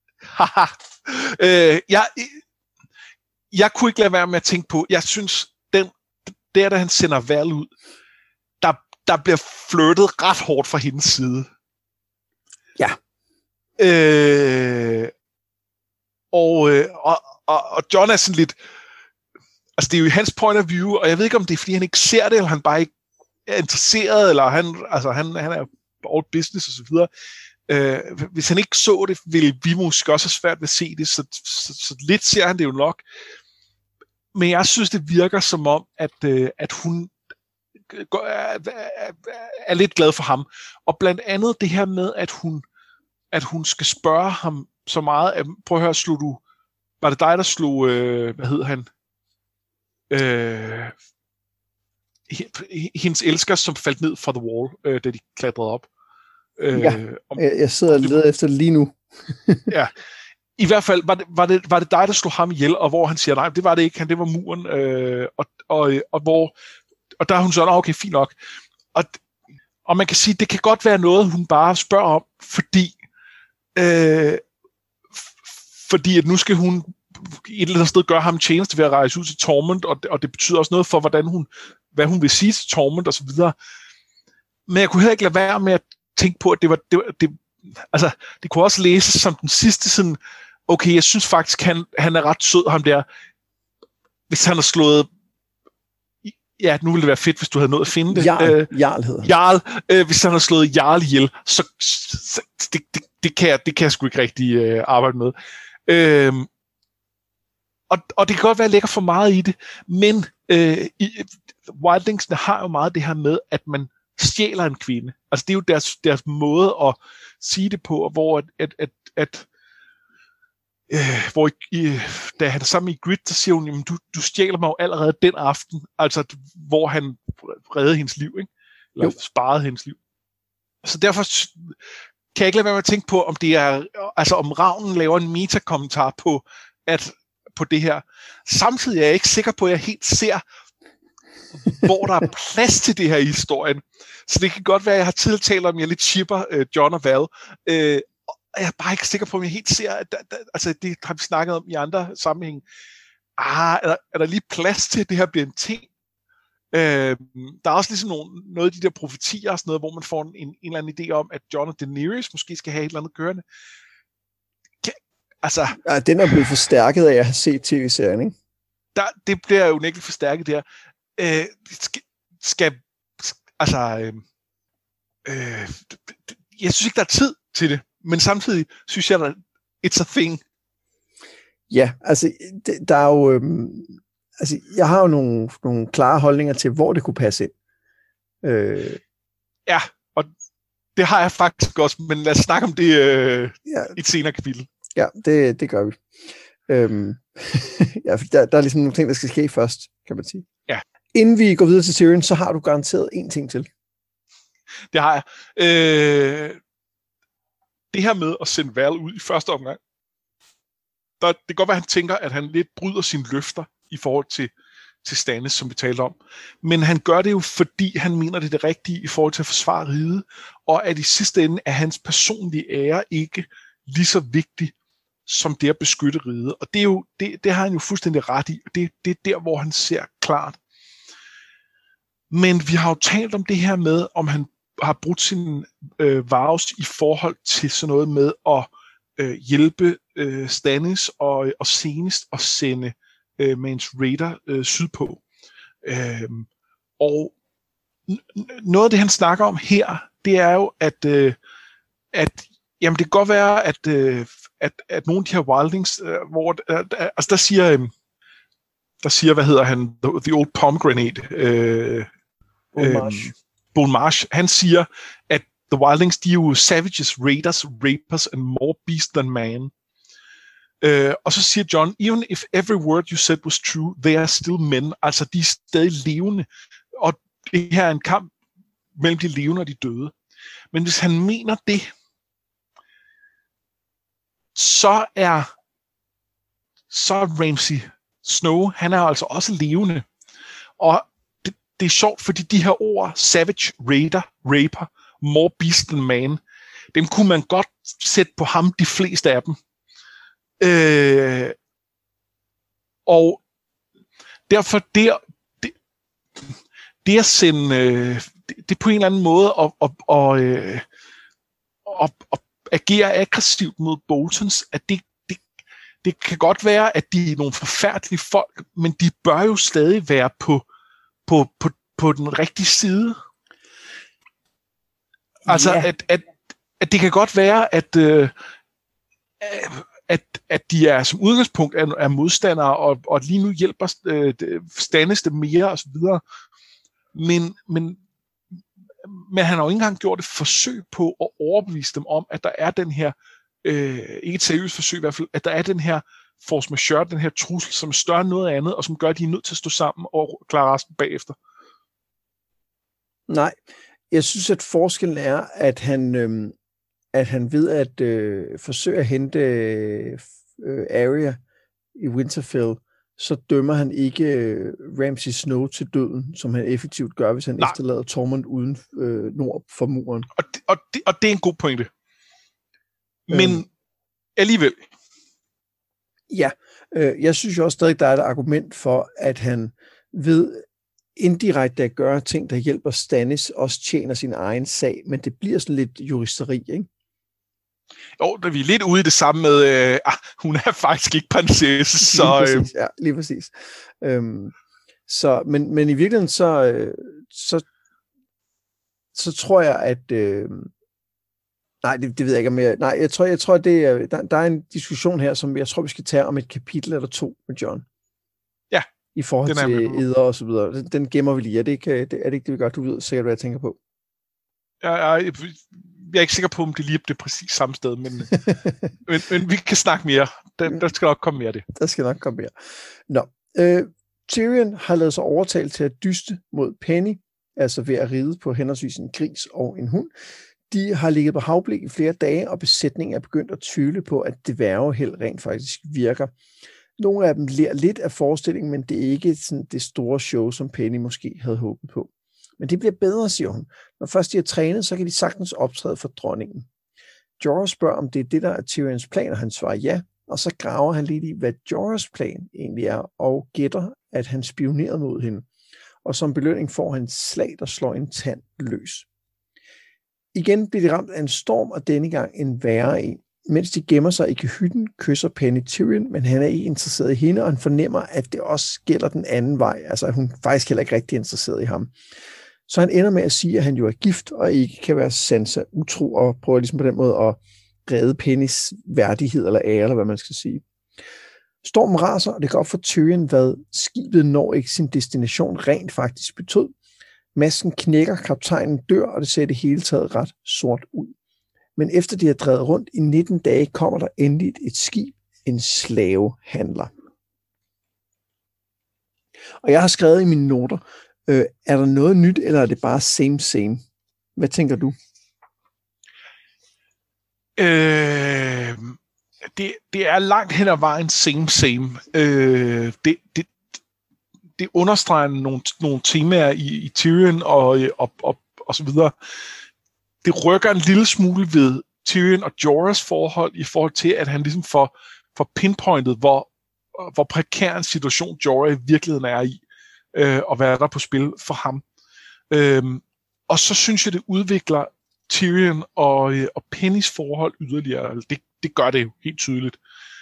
Jeg kunne ikke lade være med at tænke på, jeg synes, da han sender Val ud, der bliver flirtet ret hårdt fra hendes side. Ja. Og Jon er sådan lidt, altså det er jo hans point of view, og jeg ved ikke, om det er, fordi han ikke ser det, eller han bare ikke er interesseret, eller han er all business og så videre. Hvis han ikke så det, ville vi måske også have svært ved at se det, så lidt ser han det jo nok. Men jeg synes, det virker som om, at hun er lidt glad for ham. Og blandt andet det her med, at hun at hun skal spørge ham så meget, at, prøv at høre, var det dig, der slog, hvad hed han? Hendes elsker, som faldt ned fra The Wall, da de klatrede op. Jeg sidder og leder efter det lige nu. Ja, i hvert fald var det dig, der slog ham ihjel, og hvor han siger, nej, det var det ikke, det var muren, og der er hun så, okay, fint nok. Og man kan sige, det kan godt være noget, hun bare spørger om, fordi at nu skal hun et eller andet sted gøre ham tjeneste ved at rejse ud til Tormund, og det betyder også noget for, hvad hun vil sige til Tormund og så videre. Men jeg kunne heller ikke lade være med at tænke på, at altså, det kunne også læses som den sidste sådan, okay, jeg synes faktisk, han er ret sød, ham der. Hvis han har slået, ja, nu ville det være fedt, hvis du havde nået at finde det. Jarl hedder Jarl, hvis han har slået Jarl ihjel, så det kan jeg sgu ikke rigtig arbejde med. Og det kan godt være, at jeg lægger for meget i det, men Wildlingsene har jo meget det her med, at man stjæler en kvinde. Altså det er jo deres måde at sige det på, hvor da han er sammen i Grid, så siger hun, jamen, du stjæler mig jo allerede den aften, altså hvor han reddede hendes liv, ikke? Eller sparede hendes liv. Så derfor kan jeg ikke lade være med at tænke på, om det er, altså om Ravnen laver en metakommentar på det her. Samtidig er jeg ikke sikker på, at jeg helt ser, hvor der er plads til det her i historien. Så det kan godt være, at jeg har tidligere talt om, at jeg lidt shipper Jon og Val. Jeg er bare ikke sikker på, om jeg helt ser, at altså det har vi snakket om i andre sammenhæng. Er der lige plads til, at det her bliver en ting? Der er også ligesom noget af de der profetier og sådan noget, hvor man får en eller anden idé om, at Jon og Daenerys måske skal have et eller andet kørende. Altså, ja, den er blevet forstærket af at have set tv-serien, ikke? Det bliver jo nægteligt forstærket der. Jeg synes ikke, der er tid til det, men samtidig synes jeg, at it's a thing. Ja, altså, der er jo... altså, jeg har jo nogle klare holdninger til, hvor det kunne passe ind. Ja, og det har jeg faktisk også, men lad os snakke om det i et senere kapitel. Ja, det gør vi. Ja, der er ligesom nogle ting, der skal ske først, kan man sige. Ja. Inden vi går videre til Tyrion, så har du garanteret en ting til. Det har jeg. Det her med at sende Val ud i første omgang, det kan godt være, at han tænker, at han lidt bryder sine løfter i forhold til Stannis, som vi talte om. Men han gør det jo, fordi han mener, det er det rigtige i forhold til at forsvare riget, og at i sidste ende er hans personlige ære ikke lige så vigtig som det at beskytte riget. Og det er jo, det har han jo fuldstændig ret i, og det er der, hvor han ser klart. Men vi har jo talt om det her med, om han har brudt sin vows i forhold til sådan noget med at hjælpe Stannis og senest at sende Mance Rayder sydpå. Og noget af det, han snakker om her, det er jo, at jamen, det kan godt være, at nogle af de her wildlings, hvor altså der siger, hvad hedder han, the old pomegranate, Bon Marsh, han siger, at the wildlings, de er jo savages, raiders, rapers and more beast than man. Og så siger Jon, even if every word you said was true, they are still men. Altså, de er stadig levende. Og det her er en kamp mellem de levende og de døde. Men hvis han mener det, så er Ramsay Snow, han er altså også levende. Og det er sjovt, fordi de her ord, savage, raider, raper, more beast than man, dem kunne man godt sætte på ham, de fleste af dem. Og derfor det at sende det på en eller anden måde at agere aggressivt mod Boltons, at det kan godt være, at de er nogle forfærdelige folk, men de bør jo stadig være på den rigtige side. Altså, yeah. at det kan godt være, at de er som udgangspunkt er modstandere, og lige nu hjælper Stannis dem mere, og så videre. men han har jo ikke engang gjort et forsøg på at overbevise dem om, at der er den her, ikke et seriøst forsøg i hvert fald, at der er den her force majeure, den her trussel, som er større end noget andet, og som gør, at de er nødt til at stå sammen og klare resten bagefter. Nej, jeg synes, at forskellen er, at han ved at forsøge at hente Arya i Winterfell, så dømmer han ikke Ramsay Snow til døden, som han effektivt gør, hvis han efterlader Tormund uden nord for muren. Og det er en god pointe. Men alligevel. Ja, jeg synes jo også stadig, der er et argument for, at han ved indirekte at gøre ting, der hjælper Stannis, også tjener sin egen sag, men det bliver sådan lidt juristeri, ikke? Jo, da vi er lidt ude i det samme med, hun er faktisk ikke prinsesse, så... Lige præcis, ja, lige præcis. Men i virkeligheden, så tror jeg, at... nej, det ved jeg ikke mere. Nej, jeg tror at der er en diskussion her, som jeg tror, vi skal tage om et kapitel eller 2 med Jon. Ja. I forhold til eder og så videre. Den gemmer vi lige. Er det ikke det, vi gør? Du ved sikkert, hvad jeg tænker på. Jeg er ikke sikker på, om det lige er det præcis samme sted, men vi kan snakke mere. Der skal nok komme mere af det. Der skal nok komme mere. Nå. Tyrion har lavet sig overtalt til at dyste mod Penny, altså ved at ride på henholdsvis en gris og en hund. De har ligget på havblik i flere dage, og besætningen er begyndt at tvivle på, at dværgeheld rent faktisk virker. Nogle af dem lærer lidt af forestillingen, men det er ikke sådan det store show, som Penny måske havde håbet på. Men det bliver bedre, siger hun. Når først de har trænet, så kan de sagtens optræde for dronningen. Jorah spørger, om det er det, der er Tyrions plan, og han svarer ja, og så graver han lidt i, hvad Jorahs plan egentlig er, og gætter, at han spionerede mod hende. Og som belønning får han et slag, der slår en tand løs. Igen bliver de ramt af en storm, og denne gang en værre en. Mens de gemmer sig i kahytten, kysser Penny Tyrion, men han er ikke interesseret i hende, og han fornemmer, at det også gælder den anden vej, altså at hun faktisk heller ikke rigtig er interesseret i ham. Så han ender med at sige, at han jo er gift, og ikke kan være Sansa utro, og prøver ligesom på den måde at redde Pennys værdighed eller ære, eller hvad man skal sige. Stormen raser, og det går op for Tyrion, hvad skibet når ikke sin destination rent faktisk betød. Masken knækker, kaptajnen dør, og det ser det hele taget ret sort ud. Men efter de har drevet rundt i 19 dage, kommer der endelig et skib, en slavehandler. Og jeg har skrevet i mine noter, er der noget nyt, eller er det bare same? Hvad tænker du? Det er langt hen ad vejen same. Det understreger nogle temaer i Tyrion og så videre. Det rykker en lille smule ved Tyrion og Jorahs forhold i forhold til, at han ligesom får pinpointet, hvor prekær en situation Jorah i virkeligheden er i, og hvad er der på spil for ham. Og så synes jeg, det udvikler Tyrion og Pennys forhold yderligere. Det gør det jo helt tydeligt.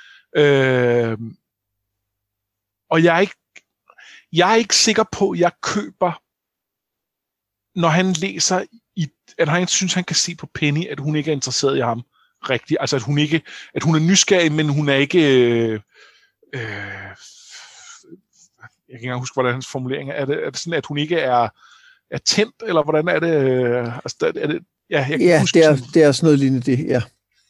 Og jeg er ikke sikker på, at jeg køber, når han læser, at han synes, han kan se på Penny, at hun ikke er interesseret i ham rigtigt. Altså, at hun er nysgerrig, men hun er ikke... jeg kan ikke engang huske, hvordan hans formulering er. Er det sådan, at hun ikke er tændt, eller hvordan er det? Altså, er det jeg kan huske, det er sådan noget lignende det, ja.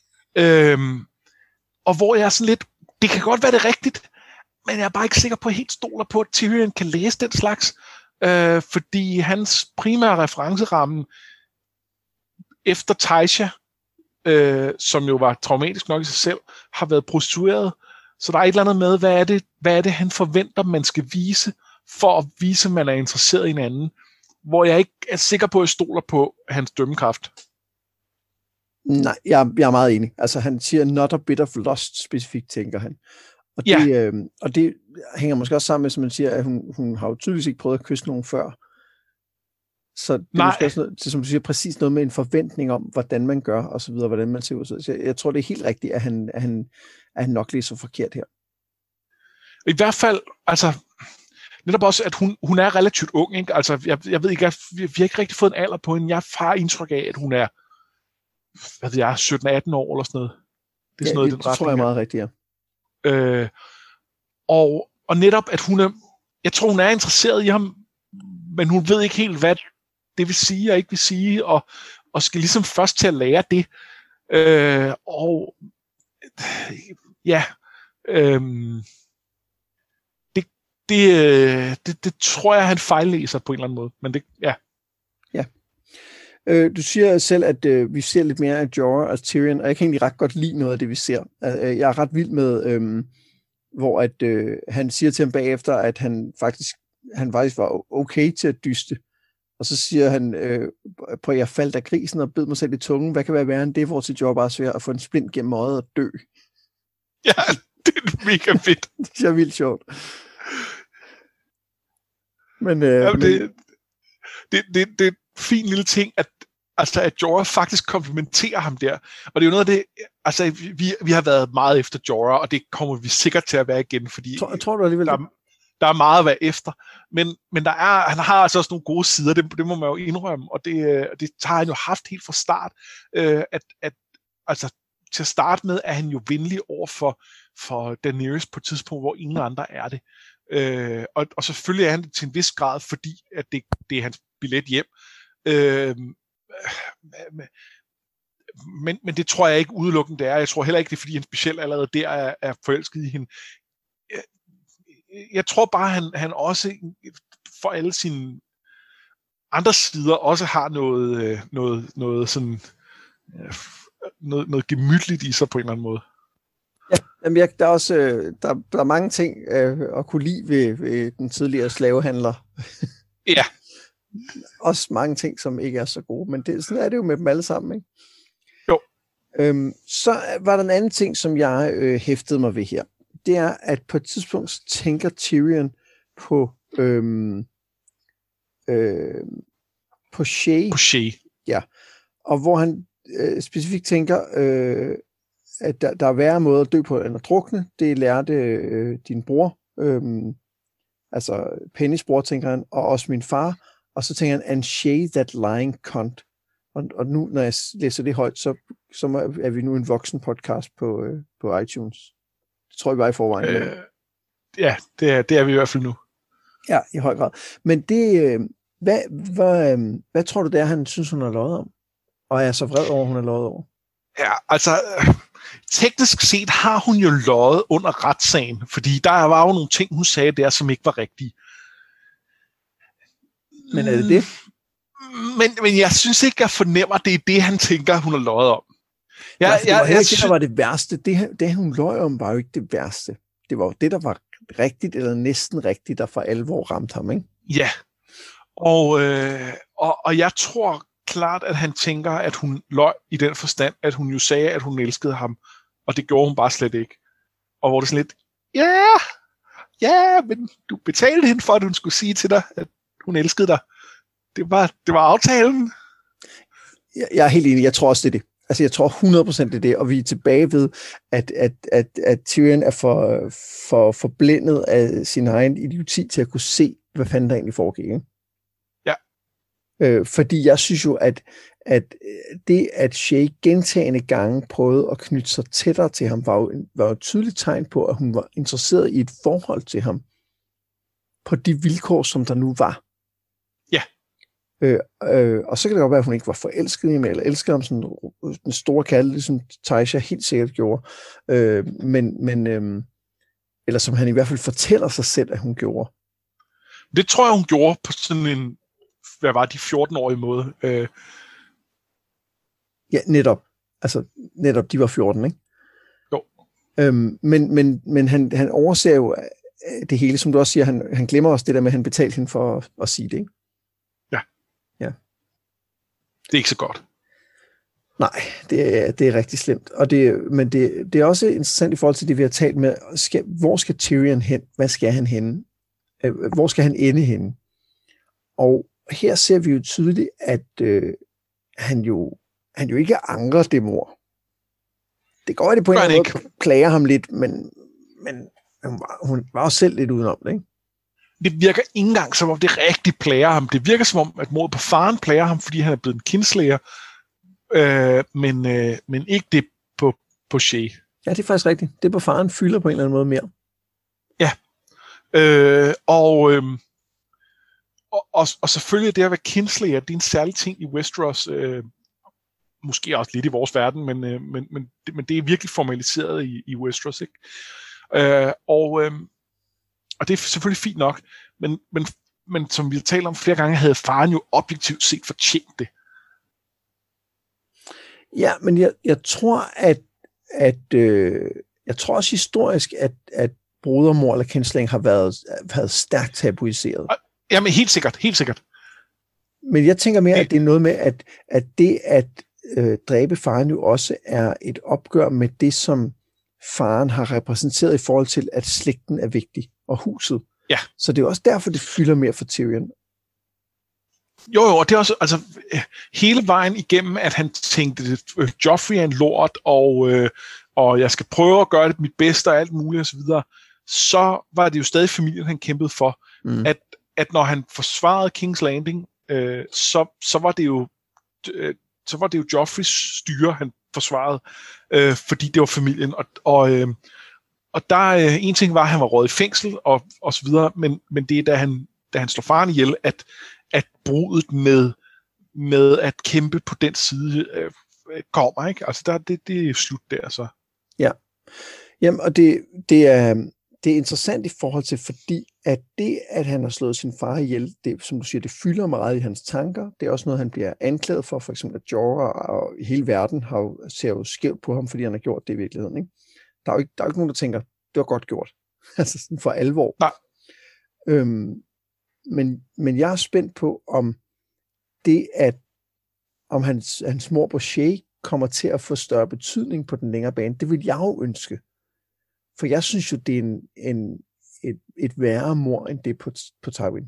Og hvor jeg er sådan lidt, det kan godt være det rigtigt, men jeg er bare ikke sikker på, at jeg helt stoler på, at Tyrion kan læse den slags, fordi hans primære referenceramme efter Tysha, som jo var traumatisk nok i sig selv, har været prostitueret. Så der er et eller andet med, hvad er det han forventer, man skal vise, for at vise, at man er interesseret i hinanden, hvor jeg ikke er sikker på, at jeg stoler på hans dømmekraft. Nej, jeg er meget enig. Altså han siger, not a bit of lust, specifikt, tænker han. Og det hænger måske også sammen med, som man siger, at hun har jo tydeligvis ikke prøvet at kysse nogen før. Så det er måske også noget, som du siger, præcis noget med en forventning om, hvordan man gør, og så videre, hvordan man ser ud. Så jeg tror, det er helt rigtigt, at han nok læser forkert her. I hvert fald, altså, netop også, at hun er relativt ung, ikke? Altså, jeg ved ikke, vi har ikke rigtig fået en alder på hende. Jeg har indtryk af, at hun er, 17-18 år eller sådan noget. Det er sådan noget i den retning. Det tror jeg er meget rigtigt, ja. Og netop, at jeg tror, hun er interesseret i ham, men hun ved ikke helt, det vil sige og ikke vil sige, og skal ligesom først til at lære det. Og ja, det tror jeg, han fejllæser på en eller anden måde. Men det, ja. Ja. Du siger selv, at vi ser lidt mere af Jorah og Tyrion, og jeg kan egentlig ret godt lide noget af det, vi ser. Jeg er ret vild med, hvor at, han siger til ham bagefter, at han faktisk var okay til at dyste. Og så siger han, på jeg faldt af grisen og bed mig selv i tungen. Hvad kan være værre end det, hvor til Jorah bare er svært at få en splint gennem øjet og dø? Ja, det er mega fedt. Det er vildt sjovt. Men, det er en fin lille ting, at Jorah faktisk komplimenterer ham der. Og det er jo noget af det, altså vi har været meget efter Jorah, og det kommer vi sikkert til at være igen, fordi tror du alligevel der er meget at være efter. Men han har altså også nogle gode sider, det må man jo indrømme, og det har han jo haft helt fra start, altså til at starte med er han jo venlig over for Daenerys på et tidspunkt, hvor ingen andre er det. Og selvfølgelig er han det til en vis grad, fordi at det er hans billet hjem. Men det tror jeg ikke udelukkende det er. Jeg tror heller ikke, det er, fordi han specielt allerede der er forelsket i hende. Jeg tror bare, han også for alle sine andre sider også har noget sådan noget gemytligt i sig på en eller anden måde. Ja, jamen der er også der er mange ting at kunne lide ved den tidligere slavehandler. Ja. Også mange ting, som ikke er så gode, men sådan er det jo med dem alle sammen, ikke? Jo. Så var der en anden ting, som jeg hæftede mig ved her. Det er, at på et tidspunkt tænker Tyrion på Shae. På Shae. Ja. Og hvor han specifikt tænker, at der er værre måde at dø på end at drukne. Det lærte din bror, altså Pennys bror, tænker han, og også min far. Og så tænker han, and Shae that lying cunt. Og nu, når jeg læser det højt, så er vi nu en voksen podcast på iTunes. Det tror jeg bare i forvejen. Ja, det er vi i hvert fald nu. Ja, i høj grad. Men det, hvad tror du, det er, han synes, hun har løjet om? Og er så vred over, hun har løjet over? Ja, altså, teknisk set har hun jo løjet under retssagen, fordi der var jo nogle ting, hun sagde der, som ikke var rigtige. Men er det det? Men jeg synes ikke, jeg fornemmer, det er det, han tænker, hun har løjet om. Det var det værste. Det, hun løj om, var jo ikke det værste. Det var jo det, der var rigtigt, eller næsten rigtigt, der for alvor ramte ham, ikke? Ja. Og jeg tror klart, at han tænker, at hun løj i den forstand, at hun jo sagde, at hun elskede ham, og det gjorde hun bare slet ikke. Og hvor det sådan lidt, ja, men du betalte hende for, at hun skulle sige til dig, at hun elskede dig. Det var aftalen. Jeg er helt enig. Jeg tror også, det er det. Altså, jeg tror 100% det er det, og vi er tilbage ved, at Tyrion er for forblændet af sin egen idioti til at kunne se, hvad fanden der egentlig foregik. Ikke? Ja. Fordi jeg synes jo, at det, at Shae gentagne gange prøvede at knytte sig tættere til ham, var jo et tydeligt tegn på, at hun var interesseret i et forhold til ham, på de vilkår, som der nu var. Ja. Og så kan det godt være, at hun ikke var forelsket i ham, eller elskede ham sådan den store kærlighed, som Taisha helt sikkert gjorde. Eller som han i hvert fald fortæller sig selv, at hun gjorde. Det tror jeg, hun gjorde på sådan en, hvad var de 14-årige måde. Ja, netop. Altså, netop, de var 14, ikke? Jo. Men han overser jo det hele, som du også siger, han glemmer også det der med, at han betalte hende for at sige det, ikke? Ja. Det er ikke så godt. Nej, det er rigtig slemt. Men det er også interessant i forhold til det, vi har talt med. Hvor skal Tyrion hen? Hvad skal han henne? Hvor skal han ende henne? Og her ser vi jo tydeligt, at han jo ikke angrer det mord. Det går, at det på en eller anden måde plager ham lidt, men hun var jo selv lidt udenom det, ikke? Det virker ikke engang, som om det rigtig plager ham. Det virker som om, at mordet på faren plager ham, fordi han er blevet en kindslæger, men ikke det på Shae. Ja, det er faktisk rigtigt. Det på faren fylder på en eller anden måde mere. Ja. og selvfølgelig det at være kinslayer, det er en særlig ting i Westeros, måske også lidt i vores verden, men det er virkelig formaliseret i Westeros, ikke? Og det er selvfølgelig fint nok, men som vi har talt om flere gange, havde faren jo objektivt set fortjent det. Ja, men jeg tror, jeg tror også historisk, at brodermord eller kinslaying har været stærkt tabuiseret. Jamen helt sikkert. Men jeg tænker mere, at det er noget med, at det at dræbe faren jo også er et opgør med det, som faren har repræsenteret i forhold til, at slægten er vigtig, og huset. Ja. Så det er også derfor, det fylder mere for Tyrion. Jo, og det er også altså, hele vejen igennem, at han tænkte, Joffrey er en lort, og jeg skal prøve at gøre det mit bedste og alt muligt osv., så var det jo stadig familien, han kæmpede for. At når han forsvarede King's Landing, så var det jo Joffreys styre, han forsvarede, fordi det var familien. Og der en ting var, at han var røget i fængsel og så videre, men det er, da han slår faren ihjel, at brudet med at kæmpe på den side kommer, ikke? Altså det er slut der, så. Ja. Jamen, og det er interessant i forhold til, fordi at det, at han har slået sin far ihjel, det, som du siger, det fylder meget i hans tanker. Det er også noget, han bliver anklaget for eksempel at Jorah og hele verden ser jo skævt på ham, fordi han har gjort det i virkeligheden, ikke? Der er jo ikke nogen, der tænker, det var godt gjort. Altså sådan for alvor. Nej. Men jeg er spændt på, om hans mor på Shay kommer til at få større betydning på den længere bane. Det vil jeg jo ønske. For jeg synes jo, det er et værre mor, end det på Tywin.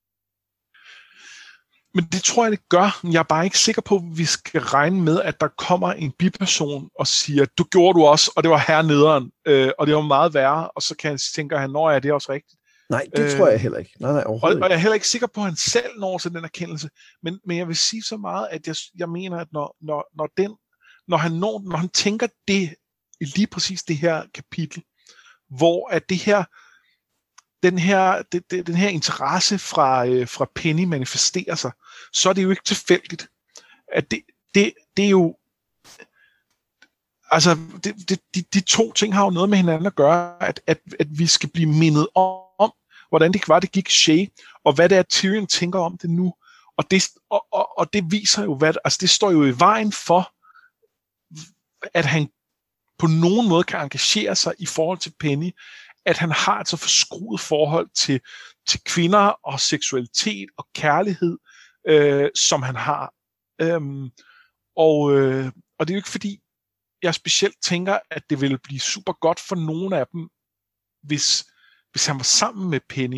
Men det tror jeg, det gør. Jeg er bare ikke sikker på, at vi skal regne med, at der kommer en biperson og siger, du gjorde du også, og det var hernederen, og det var meget værre, og så tænker han, nå ja, det er også rigtigt. Nej, det tror jeg heller ikke. Nej, overhovedet ikke. Og jeg er heller ikke sikker på, at han selv når til den erkendelse, men jeg vil sige så meget, at jeg mener, at når han tænker det, lige præcis det her kapitel, hvor at den her interesse fra Penny manifesterer sig, så er det jo ikke tilfældigt. At det er jo altså de to ting har jo noget med hinanden at gøre, at vi skal blive mindet om, hvordan det gik Shay, og hvad det er, Tyrion tænker om det nu. Og det viser jo, det står jo i vejen for, at han på nogen måde kan engagere sig i forhold til Penny, at han har et så forskruet forhold til kvinder og seksualitet og kærlighed, som han har. Og det er jo ikke fordi, jeg specielt tænker, at det ville blive super godt for nogen af dem, hvis han var sammen med Penny.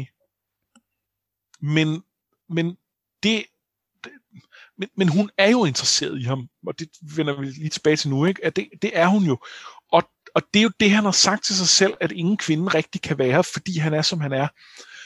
Men hun er jo interesseret i ham, og det vender vi lige tilbage til nu, ikke? At det er hun jo. Og det er jo det, han har sagt til sig selv, at ingen kvinde rigtig kan være, fordi han er, som han er.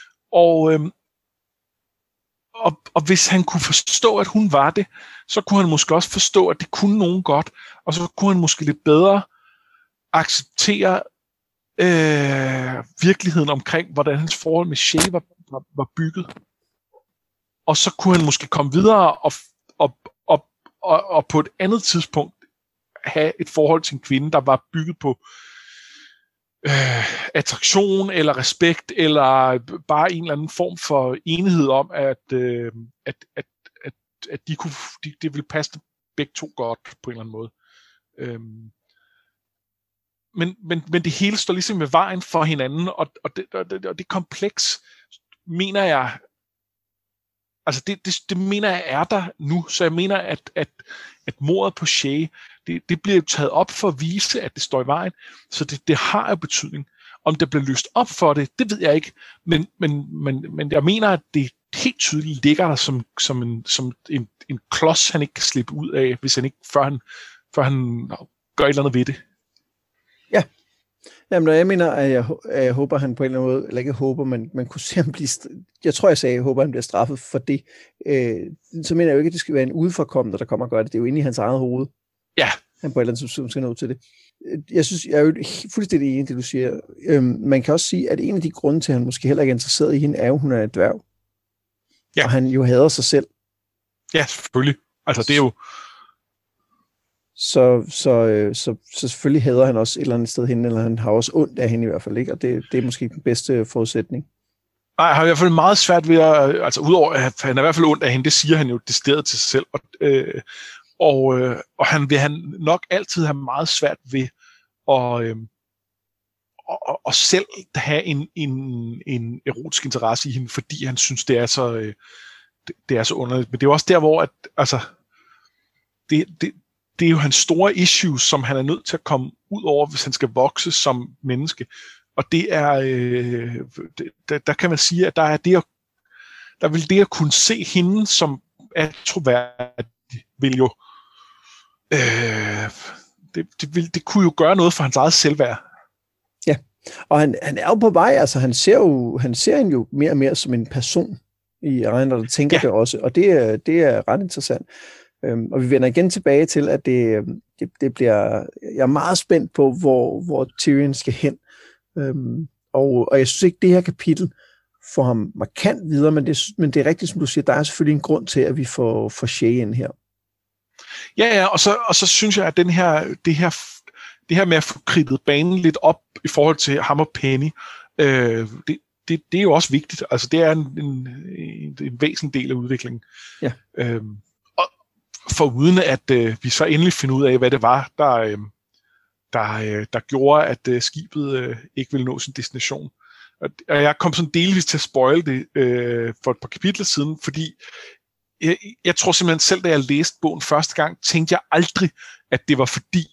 Og hvis han kunne forstå, at hun var det, så kunne han måske også forstå, at det kunne nogen godt, og så kunne han måske lidt bedre acceptere virkeligheden omkring, hvordan hans forhold med Shay var bygget. Og så kunne han måske komme videre og på et andet tidspunkt have et forhold til en kvinde, der var bygget på attraktion eller respekt, eller bare en eller anden form for enighed om, at det ville passe begge to godt på en eller anden måde. Men det hele står ligesom med vejen for hinanden, og det kompleks, mener jeg, altså det mener jeg er der nu, så jeg mener, at mordet på Shay, det bliver jo taget op for at vise, at det står i vejen, så det har jo betydning. Om det bliver løst op for det ved jeg ikke, men jeg mener, at det helt tydeligt ligger der som en klods, han ikke kan slippe ud af, hvis han ikke, før han gør et eller andet ved det. Ja. Jamen, når jeg mener, at jeg håber, han på en eller anden måde, eller ikke håber, men man kunne se ham blive, jeg tror, jeg sagde, at jeg håber, han bliver straffet for det, så mener jeg jo ikke, at det skal være en udefrakommende, der kommer og gør det. Det er jo inde i hans eget hoved. Ja. Han på et eller andet tidspunkt skal nå til det. Jeg synes, jeg er jo fuldstændig enig i det, du siger. Man kan også sige, at en af de grunde til, at han måske heller ikke er interesseret i hende, er jo, hun er et dværg. Ja. Og han jo hader sig selv. Ja, selvfølgelig. Altså, det er jo... Så selvfølgelig hader han også et eller andet sted hende, eller han har også ondt af hende i hvert fald, ikke? Og det er måske den bedste forudsætning. Nej, jeg har i hvert fald meget svært ved at... Altså, udover at han er i hvert fald ondt af hende, det siger han jo decideret til sig selv. Og han vil han nok altid have meget svært ved at selv have en erotisk interesse i hende, fordi han synes, det er så underligt. Men det er jo også der, hvor at, altså, det er jo hans store issues, som han er nødt til at komme ud over, hvis han skal vokse som menneske. Og det er, der kan man sige, at der vil det at kunne se hende, som er troværdig, vil jo, det kunne jo gøre noget for hans eget selvværd. Ja, og han er jo på vej, altså han ser hende jo mere og mere som en person i Reiner, der tænker det også, og det er ret interessant. Og vi vender igen tilbage til, at det bliver... Jeg er meget spændt på, hvor Tyrion skal hen. Og jeg synes ikke, det her kapitel får ham markant videre, men det er rigtigt, som du siger, der er selvfølgelig en grund til, at vi får Shae ind her. Ja, og så synes jeg, at det her med at få kridtet banen lidt op i forhold til ham og Penny, det er jo også vigtigt. Altså, det er en væsentlig del af udviklingen. Ja. Foruden at vi så endelig finder ud af, hvad det var, der gjorde, at skibet ikke ville nå sin destination. Og jeg kom sådan delvis til at spoile det for et par kapitler siden, fordi jeg tror simpelthen selv, da jeg læste bogen første gang, tænkte jeg aldrig, at det var fordi,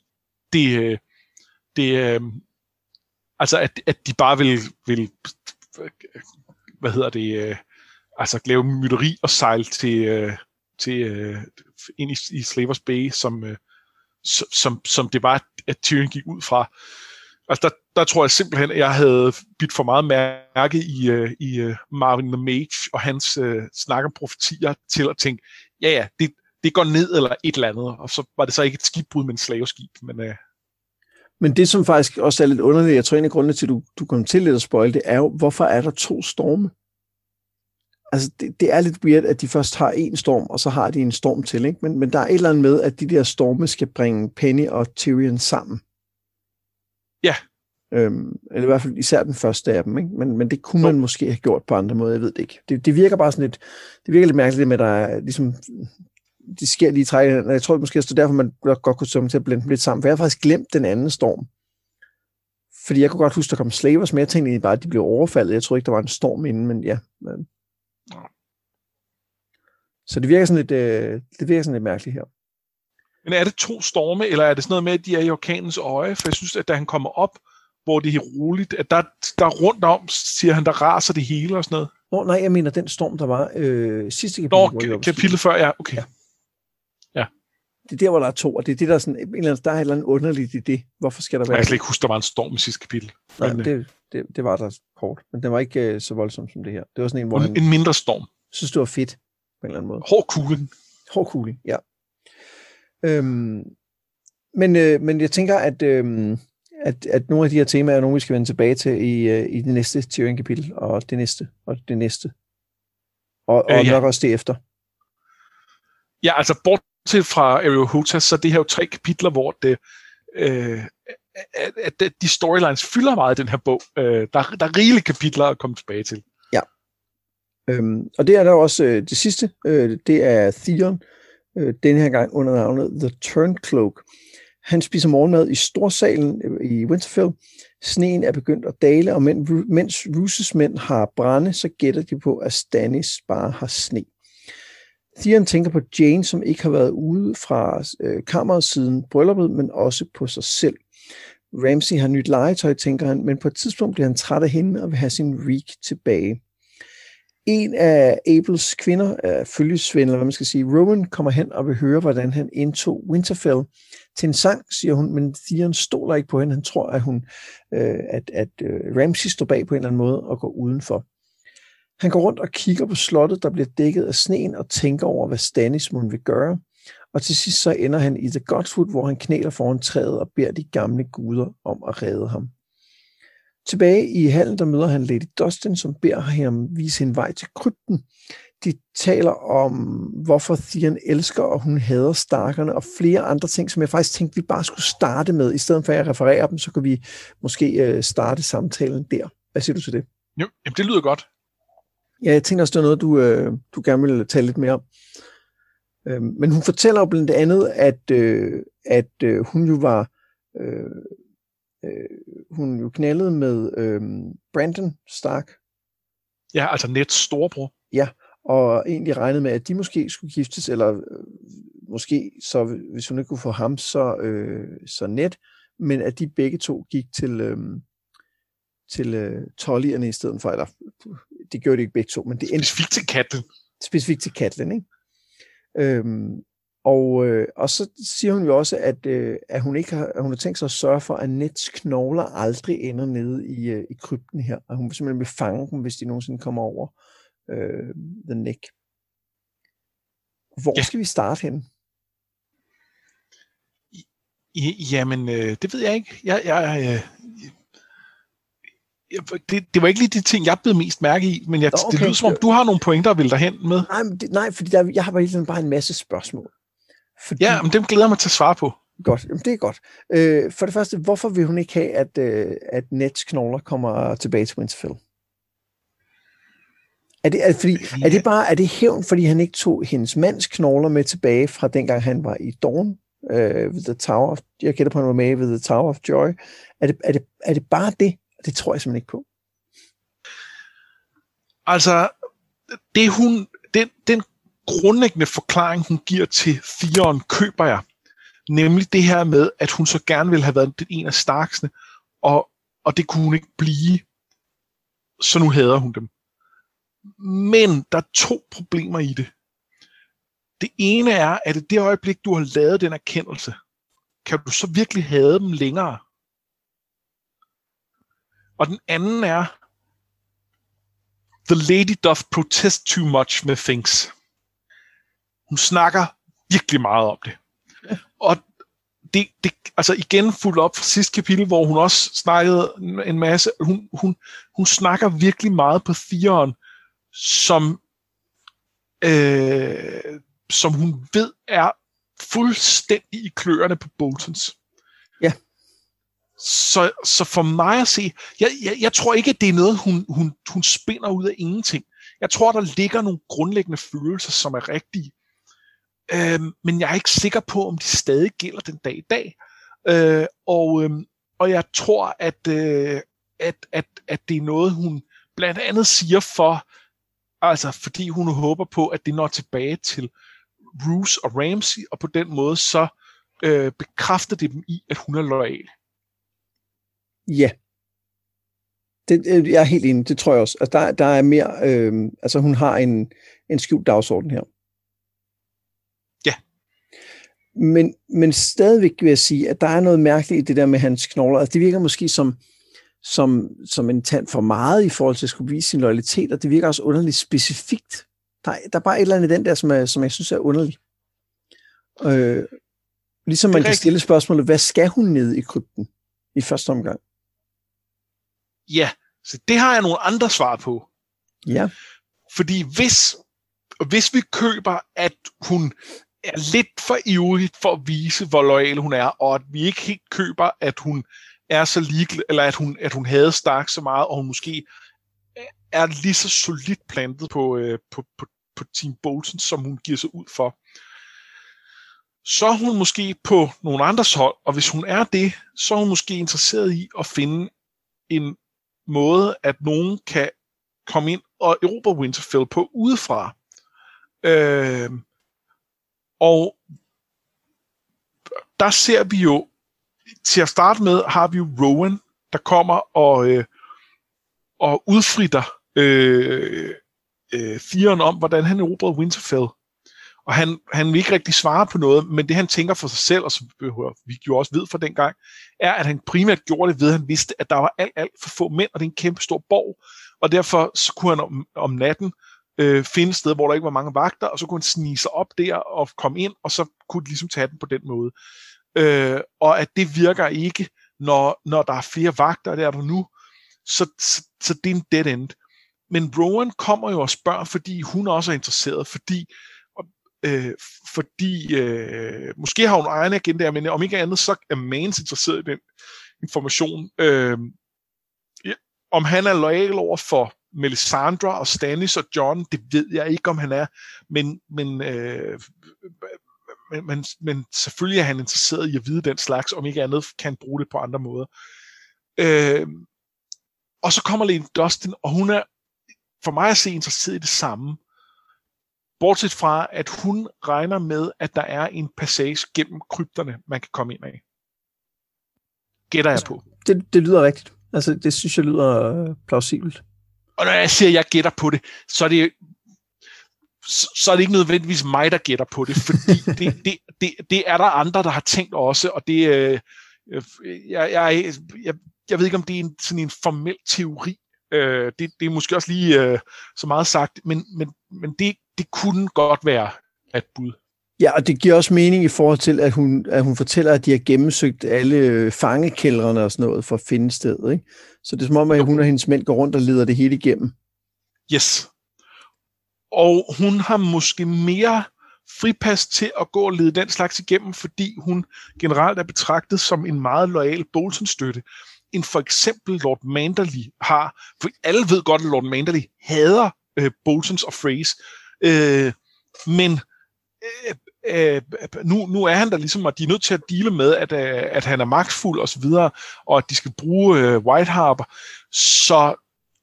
altså at de bare ville hvad hedder det, altså lave mytteri og sejle til ind i Slavers Bay, som det var, at Tyrion gik ud fra. Altså der tror jeg simpelthen, at jeg havde bidt for meget mærke i Marvin the Mage og hans snak om profetier til at tænke, ja, det går ned eller et eller andet, og så var det så ikke et skibbrud, men et slaveskib. Men det, som faktisk også er lidt underligt, jeg tror en af grundene til, at du kom til lidt at spoil det, er jo, hvorfor er der 2 storme? Altså, det er lidt weird, at de først har en storm, og så har de en storm til, ikke? Men der er et eller andet med, at de der storme skal bringe Penny og Tyrion sammen. Ja. Eller i hvert fald især den første af dem, ikke? Men det kunne man måske have gjort på andre måder, jeg ved det ikke. Det virker bare sådan lidt, det virker lidt mærkeligt med, at der er ligesom, de sker lige træk. Jeg tror måske, det er derfor, man godt kunne komme til at blende dem lidt sammen, for jeg har faktisk glemt den anden storm. Fordi jeg kunne godt huske, der kom slavers, men jeg tænkte egentlig bare, at de blev overfaldet. Jeg tror ikke, der var en storm inden, men ja. Så det virker sådan lidt mærkeligt her. Men er det 2 storme, eller er det sådan noget med, at de er i orkanens øje? For jeg synes, at da han kommer op, hvor det er roligt, at der rundt om, siger han, der raser det hele og sådan noget. Nej, jeg mener den storm, der var sidste kapitel. Kapitlet før, ja, okay. Ja. Det er der, hvor der er 2, og det er det, der er sådan, der er et eller andet underligt i det. Hvorfor skal der være... Jeg kan slet ikke huske, der var en storm i sidste kapitel. Nej, det var der kort, men den var ikke så voldsom som det her. Det var sådan en, hvor en mindre storm. Synes, det var fedt, på en eller anden måde. Hård kugling, ja. Men jeg tænker, at nogle af de her temaer er nogle, vi skal vende tilbage til i det næste Tyrion-kapitel, og det næste. Og nok også det efter. Ja, altså bortset fra Areo Hotas, så det her jo 3 kapitler, hvor at de storylines fylder meget i den her bog. Der er rigelige kapitler at komme tilbage til. Ja. Og det er der også det sidste. Det er Theon, denne her gang under navnet The Turncloak. Han spiser morgenmad i storsalen i Winterfell. Sneen er begyndt at dale, og mens Rooses mænd har brænde, så gætter de på, at Stannis bare har sne. Theon tænker på Jane, som ikke har været ude fra kammeret siden brylluppet, men også på sig selv. Ramsay har nyt legetøj, tænker han, men på et tidspunkt bliver han træt af hende og vil have sin Reek tilbage. En af Abels kvinder, følgesvend, eller hvad man skal sige, Rowan, kommer hen og vil høre, hvordan han indtog Winterfell til en sang, siger hun, men Theon stoler ikke på hende. Han tror, at Ramsay står bag på en eller anden måde og går udenfor. Han går rundt og kigger på slottet, der bliver dækket af sneen, og tænker over, hvad Stannis mon vil gøre. Og til sidst så ender han i The Godswood, hvor han knæler foran træet og beder de gamle guder om at redde ham. Tilbage i hallen, der møder han Lady Dustin, som beder ham vise en vej til krypten. De taler om, hvorfor Theon elsker, og hun hader Starkerne, og flere andre ting, som jeg faktisk tænkte, vi bare skulle starte med. I stedet for at jeg refererer dem, så kan vi måske starte samtalen der. Hvad siger du til det? Jo, jamen, det lyder godt. Ja, jeg tænkte også, det er noget, du gerne vil tale lidt mere om. Men hun fortæller jo blandt andet, at hun jo var... hun jo knaldede med Brandon Stark. Ja, altså Neds storebror. Ja, og egentlig regnede med, at de måske skulle giftes, eller måske, så hvis hun ikke kunne få ham, så Ned, men at de begge to gik til Tullyerne i stedet for, eller det gjorde de ikke begge to, men det endte specifikt til Catelyn. Specifikt til Catelyn, ikke? Og så siger hun jo også, at hun har tænkt sig at sørge for, at Neds knogler aldrig ender nede i krypten her, og hun simpelthen vil fange dem, hvis de nogensinde kommer over The Neck. Hvor skal vi starte henne? Jamen, det ved jeg ikke. Det var ikke lige de ting, jeg blev mest mærke i, men det lyder som om, du har nogle pointer at ville derhen med. Nej, fordi jeg har bare en masse spørgsmål. Ja, men dem glæder jeg mig til at svare på. Godt, jamen det er godt. For det første, hvorfor vil hun ikke have, at Neds knogler kommer tilbage til Winterfell? Er det hævn, fordi han ikke tog hendes mands knogler med tilbage fra dengang han var i Dorne? Ved The Tower of, jeg gætter på, han var med ved The Tower of Joy. Er det bare det? Det tror jeg simpelthen ikke på. Altså, den grundlæggende forklaring, hun giver til Theon, køber jeg. Nemlig det her med, at hun så gerne ville have været en af Starksene, og det kunne hun ikke blive. Så nu hader hun dem. Men der er 2 problemer i det. Det ene er, at i det øjeblik, du har lavet den erkendelse, kan du så virkelig hade dem længere? Og den anden er, the lady doth protest too much med things. Hun snakker virkelig meget om det. Og det altså igen fuldt op fra sidste kapitel, hvor hun også snakkede en masse. Hun snakker virkelig meget på Theon, som hun ved er fuldstændig i kløerne på Boltons. Ja. Så for mig at se, jeg tror ikke, at det er noget, hun spinder ud af ingenting. Jeg tror, der ligger nogle grundlæggende følelser, som er rigtige. Men jeg er ikke sikker på, om de stadig gælder den dag i dag. Og jeg tror, at det er noget, hun blandt andet siger fordi hun håber på, at det når tilbage til Roose og Ramsay, og på den måde så bekræfter det dem i, at hun er loyal. Ja. Jeg er helt enig, det tror jeg også. Altså, der er mere, hun har en skjult dagsorden her. Ja. Men stadigvæk vil jeg sige, at der er noget mærkeligt i det der med hans knogler. Altså, det virker måske som en tand for meget i forhold til at skulle vise sin loyalitet, og det virker også underligt specifikt. Der er bare et eller andet i den der, som jeg synes er underlig. Ligesom man kan stille spørgsmålet, hvad skal hun ned i krypten i første omgang? Ja, så det har jeg nogle andre svar på. Ja. Fordi hvis vi køber, at hun er lidt for ivrig for at vise, hvor loyal hun er, og at vi ikke helt køber, at hun er så ligeglad, eller at hun havde Stark så meget, og hun måske er lige så solidt plantet på Team Bolton, som hun giver sig ud for. Så er hun måske på nogle andres hold, og hvis hun er det, så er hun måske interesseret i at finde en måde, at nogen kan komme ind og erobre Winterfell på udefra. Og der ser vi jo, til at starte med, har vi jo Rowan, der kommer og udfritter Theon om, hvordan han erobrede Winterfell. Og han vil ikke rigtig svare på noget, men det han tænker for sig selv, og som vi jo også ved fra dengang, er, at han primært gjorde det ved, at han vidste, at der var alt for få mænd, og det er en kæmpe stor borg, og derfor så kunne han om natten finde et sted, hvor der ikke var mange vagter, og så kunne han snige sig op der og komme ind, og så kunne de ligesom tage den på den måde. Og at det virker ikke, når der er flere vagter, det er der nu, så det er en dead end. Men Rowan kommer jo og spørger, fordi hun også er interesseret, fordi måske har hun egen agenda, men om ikke andet, så er Mance interesseret i den information. Om han er loyal over for Melisandre og Stannis og Jon, det ved jeg ikke, om han er, men selvfølgelig er han interesseret i at vide den slags, om ikke andet kan han bruge det på andre måder. Og så kommer Lady Dustin, og hun er for mig at se interesseret i det samme. Bortset fra, at hun regner med, at der er en passage gennem krypterne, man kan komme ind af. Gætter jeg på. Det lyder rigtigt. Altså, det synes jeg lyder plausibelt. Og når jeg siger, at jeg gætter på det, så er det ikke nødvendigvis mig, der gætter på det, fordi det er der andre, der har tænkt også, og det jeg ved ikke, om det er sådan en formel teori. Det er måske også lige så meget sagt, men det kunne godt være et bud. Ja, og det giver også mening i forhold til, at hun fortæller, at de har gennemsøgt alle fangekældrene og sådan noget for at finde stedet, ikke? Så det er som om, at hun og hendes mænd går rundt og leder det hele igennem. Yes. Og hun har måske mere fripas til at gå og lede den slags igennem, fordi hun generelt er betragtet som en meget loyal Bolton-støtte, end for eksempel Lord Manderly har. For alle ved godt, at Lord Manderly hader Boltons og Freys. Men nu er han der ligesom, at de er nødt til at deale med, at han er magtfuld og så videre, og at de skal bruge White Harbor. Så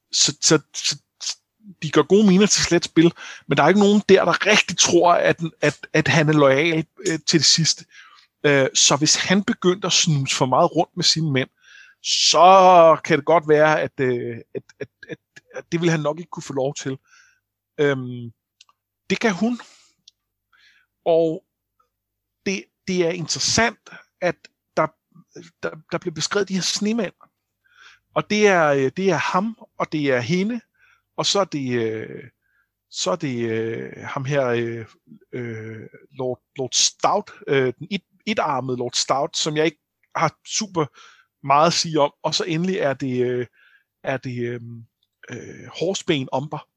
de gør gode miner til slet spil, men der er ikke nogen der rigtig tror, at han er loyal til det sidste. Så hvis han begyndte at snuse for meget rundt med sine mænd, så kan det godt være, at det vil han nok ikke kunne få lov til. Det kan hun. Og det er interessant, at der bliver beskrevet de her snemænd. Og det er ham, og det er hende, og så er det ham her, Lord Stout, den etarmede Lord Stout, som jeg ikke har super meget at sige om, og så endelig er det Horsebane Umber.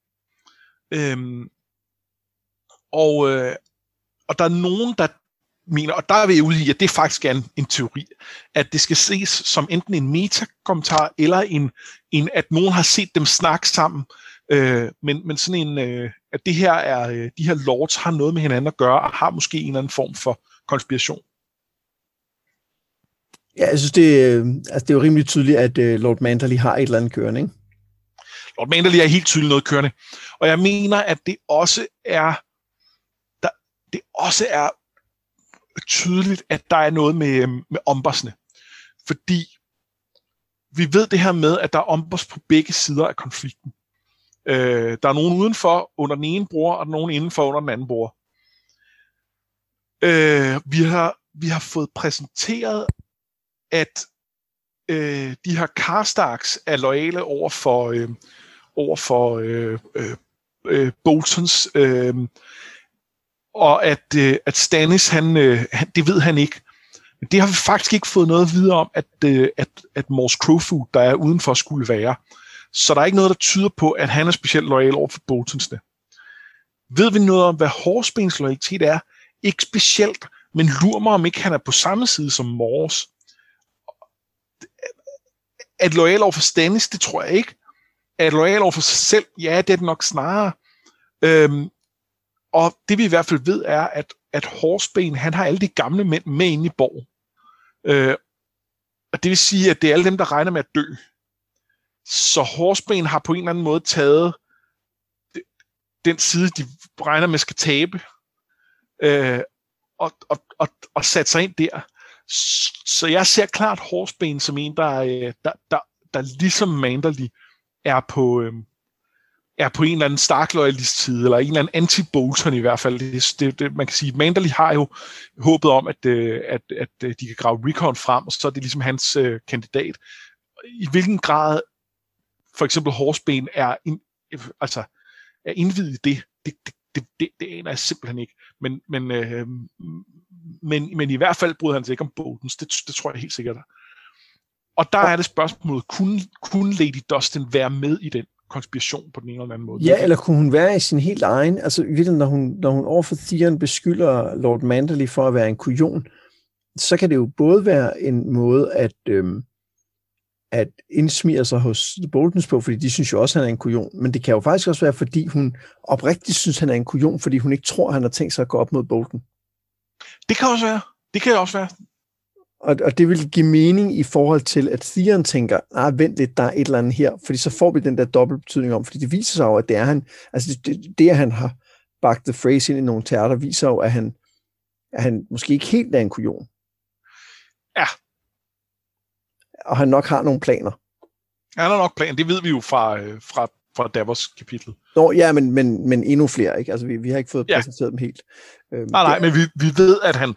Og der er nogen, der mener, og der er vi ude i, at det faktisk er en teori, at det skal ses som enten en metakommentar, eller at nogen har set dem snakke sammen, men sådan en, at det her er, de her lords har noget med hinanden at gøre, og har måske en eller anden form for konspiration. Ja, jeg synes, det er jo rimelig tydeligt, at Lord Manderly har et eller andet kørende, ikke? Lord Manderly er helt tydeligt noget kørende. Og jeg mener, at det også er tydeligt, at der er noget med ombersne. Fordi vi ved det her med, at der er ombers på begge sider af konflikten. Der er nogen udenfor under den ene bror, og nogen indenfor under den anden bror. Vi har fået præsenteret, at de her Karstarks er loyale over for Boltons, og at Stannis, det ved han ikke. Men det har vi faktisk ikke fået noget videre om, at Mors Crowfoot, der er udenfor, skulle være. Så der er ikke noget, der tyder på, at han er specielt loyal over for Boltonsne. Ved vi noget om, hvad Horsebanes loyalitet er? Ikke specielt, men lurer mig, om ikke han er på samme side som Mors. At loyal over for Stannis, det tror jeg ikke. At loyal over for sig selv, ja, det er det nok snarere. Og det vi i hvert fald ved er, at Horsebane, han har alle de gamle mænd med inde i borgen. Og det vil sige, at det er alle dem, der regner med at dø. Så Horsebane har på en eller anden måde taget den side, de regner med skal tabe, og sat sig ind der. Så jeg ser klart Horsebane som en, der ligesom Manderly er på en eller anden Stark Loyalist side, eller en eller anden anti-Bolton i hvert fald. Man kan sige, at Manderly har jo håbet om, at de kan grave Rickon frem, og så er det ligesom hans kandidat. I hvilken grad for eksempel Horsebane er indvidet i det aner jeg simpelthen ikke. Men i hvert fald bryder han sig ikke om Boltons. Det tror jeg helt sikkert. Og der er det spørgsmålet, kunne Lady Dustin være med i den konspiration på den ene eller anden måde? Ja, eller kunne hun være i sin helt egen, altså virkelig, når hun overfor Theon beskylder Lord Manderly for at være en kujon, så kan det jo både være en måde at indsmire sig hos The Boltons på, fordi de synes jo også, at han er en kujon, men det kan jo faktisk også være, fordi hun oprigtigt synes, han er en kujon, fordi hun ikke tror, han har tænkt sig at gå op mod Bolton. Det kan også være. Det kan også være. Og det vil give mening i forhold til, at Theon tænker, vent lidt, der er et eller andet her, fordi så får vi den der dobbeltbetydning om, fordi det viser sig jo, at det er han, altså det at han har bagt The Phrase ind i nogle teater, viser jo, at han måske ikke helt er en kujon. Ja. Og han nok har nogle planer. Han har nok planer, det ved vi jo fra Davos kapitel. Nå, ja, men endnu flere, ikke? Altså, vi har ikke fået præsenteret dem helt. Nej, men vi ved, at han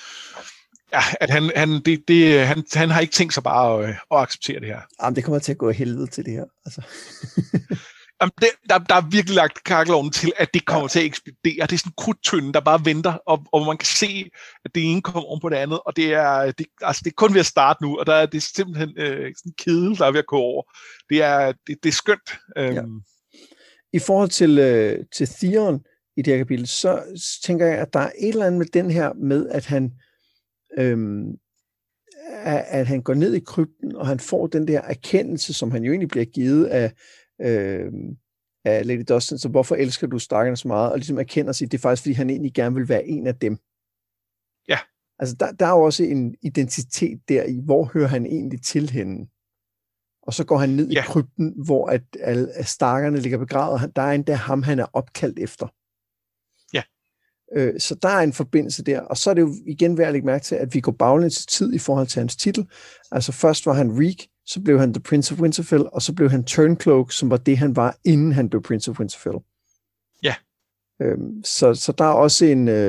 han har ikke tænkt sig bare at acceptere det her. Jamen, det kommer til at gå af helvede til det her. Altså. Jamen, der er virkelig lagt kakkelovnen til, at det kommer til at eksplodere. Det er sådan en krudtønde, der bare venter, og man kan se, at det ene kommer oven på det andet, og det er kun ved at starte nu, og det er simpelthen sådan en kedel, der er ved at gå over. Det er skønt. Ja. I forhold til Theon i det her kapitel, så tænker jeg, at der er et eller andet med den her med, at han går ned i krypten, og han får den der erkendelse, som han jo egentlig bliver givet af Lady Dustin, så hvorfor elsker du Starkerne så meget, og ligesom erkender sig, det er faktisk, fordi han egentlig gerne vil være en af dem. Ja. Altså, der er jo også en identitet der i, hvor hører han egentlig til henne. Og så går han ned i krypten, hvor at Starkerne ligger begravet, der er endda ham, han er opkaldt efter. Så der er en forbindelse der, og så er det jo igen værd at lægge mærke til, at vi går baglæns i tid i forhold til hans titel. Altså først var han Reek, så blev han The Prince of Winterfell, og så blev han Turncloak, som var det, han var, inden han blev Prince of Winterfell. Ja. Så der er også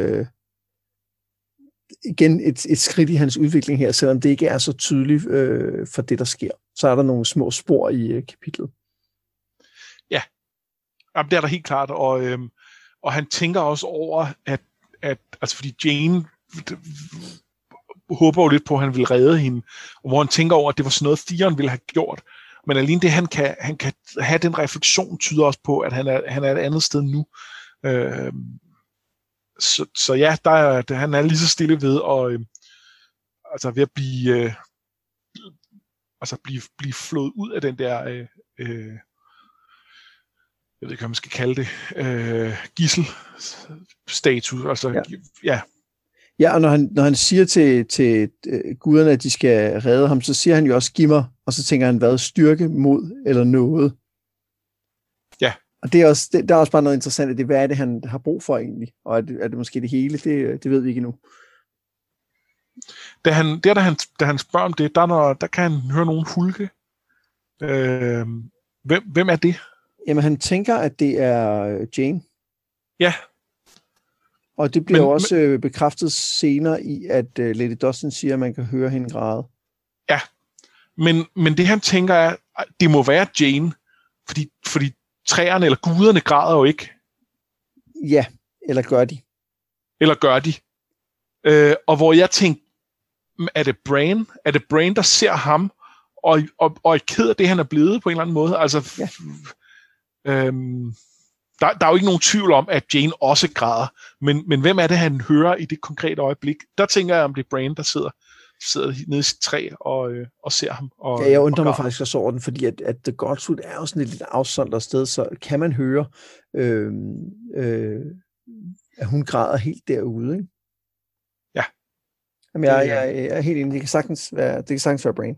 igen et skridt i hans udvikling her, selvom det ikke er så tydeligt for det, der sker. Så er der nogle små spor i kapitlet. Ja, jamen, det er der helt klart, og han tænker også over, at altså fordi Jane håber jo lidt på, at han vil redde hende, og hvor han tænker over, at det var sådan noget, Theon ville have gjort. Men alene det, han kan have den refleksion, tyder også på, at han er et andet sted nu. Så ja, han er lige så stille ved at ved at blive flået ud af den der jeg ved ikke, hvad man skal kalde det, gisselstatus. Altså, ja. Ja, og når han siger til guderne, at de skal redde ham, så siger han jo også, giv mig, og så tænker han, hvad, styrke, mod eller noget. Ja. Og det er også, der er også bare noget interessant i det, hvad er det, han har brug for egentlig? Og er det måske det hele? Det ved vi ikke endnu. Da han spørger om det, der kan han høre nogen hulke. Hvem er det? Jamen, han tænker, at det er Jane. Ja. Og det bliver også bekræftet senere i, at Lady Dustin siger, at man kan høre hende græde. Ja, men det han tænker er, det må være Jane, fordi træerne eller guderne græder jo ikke. Ja, eller gør de. Og hvor jeg tænkte, er det Bran? Er det Bran, der ser ham, og er ked af det, han er blevet på en eller anden måde? Altså... Ja. Der er jo ikke nogen tvivl om, at Jane også græder, men hvem er det, han hører i det konkrete øjeblik? Der tænker jeg, om det er Bran, der sidder nede i sit træ og ser ham. Ja, jeg undrer mig faktisk også over den, fordi at The Godswood er jo sådan et lidt afsondret sted, så kan man høre, at hun græder helt derude, ikke? Ja. Jamen, jeg er helt enig, det kan sagtens være Bran.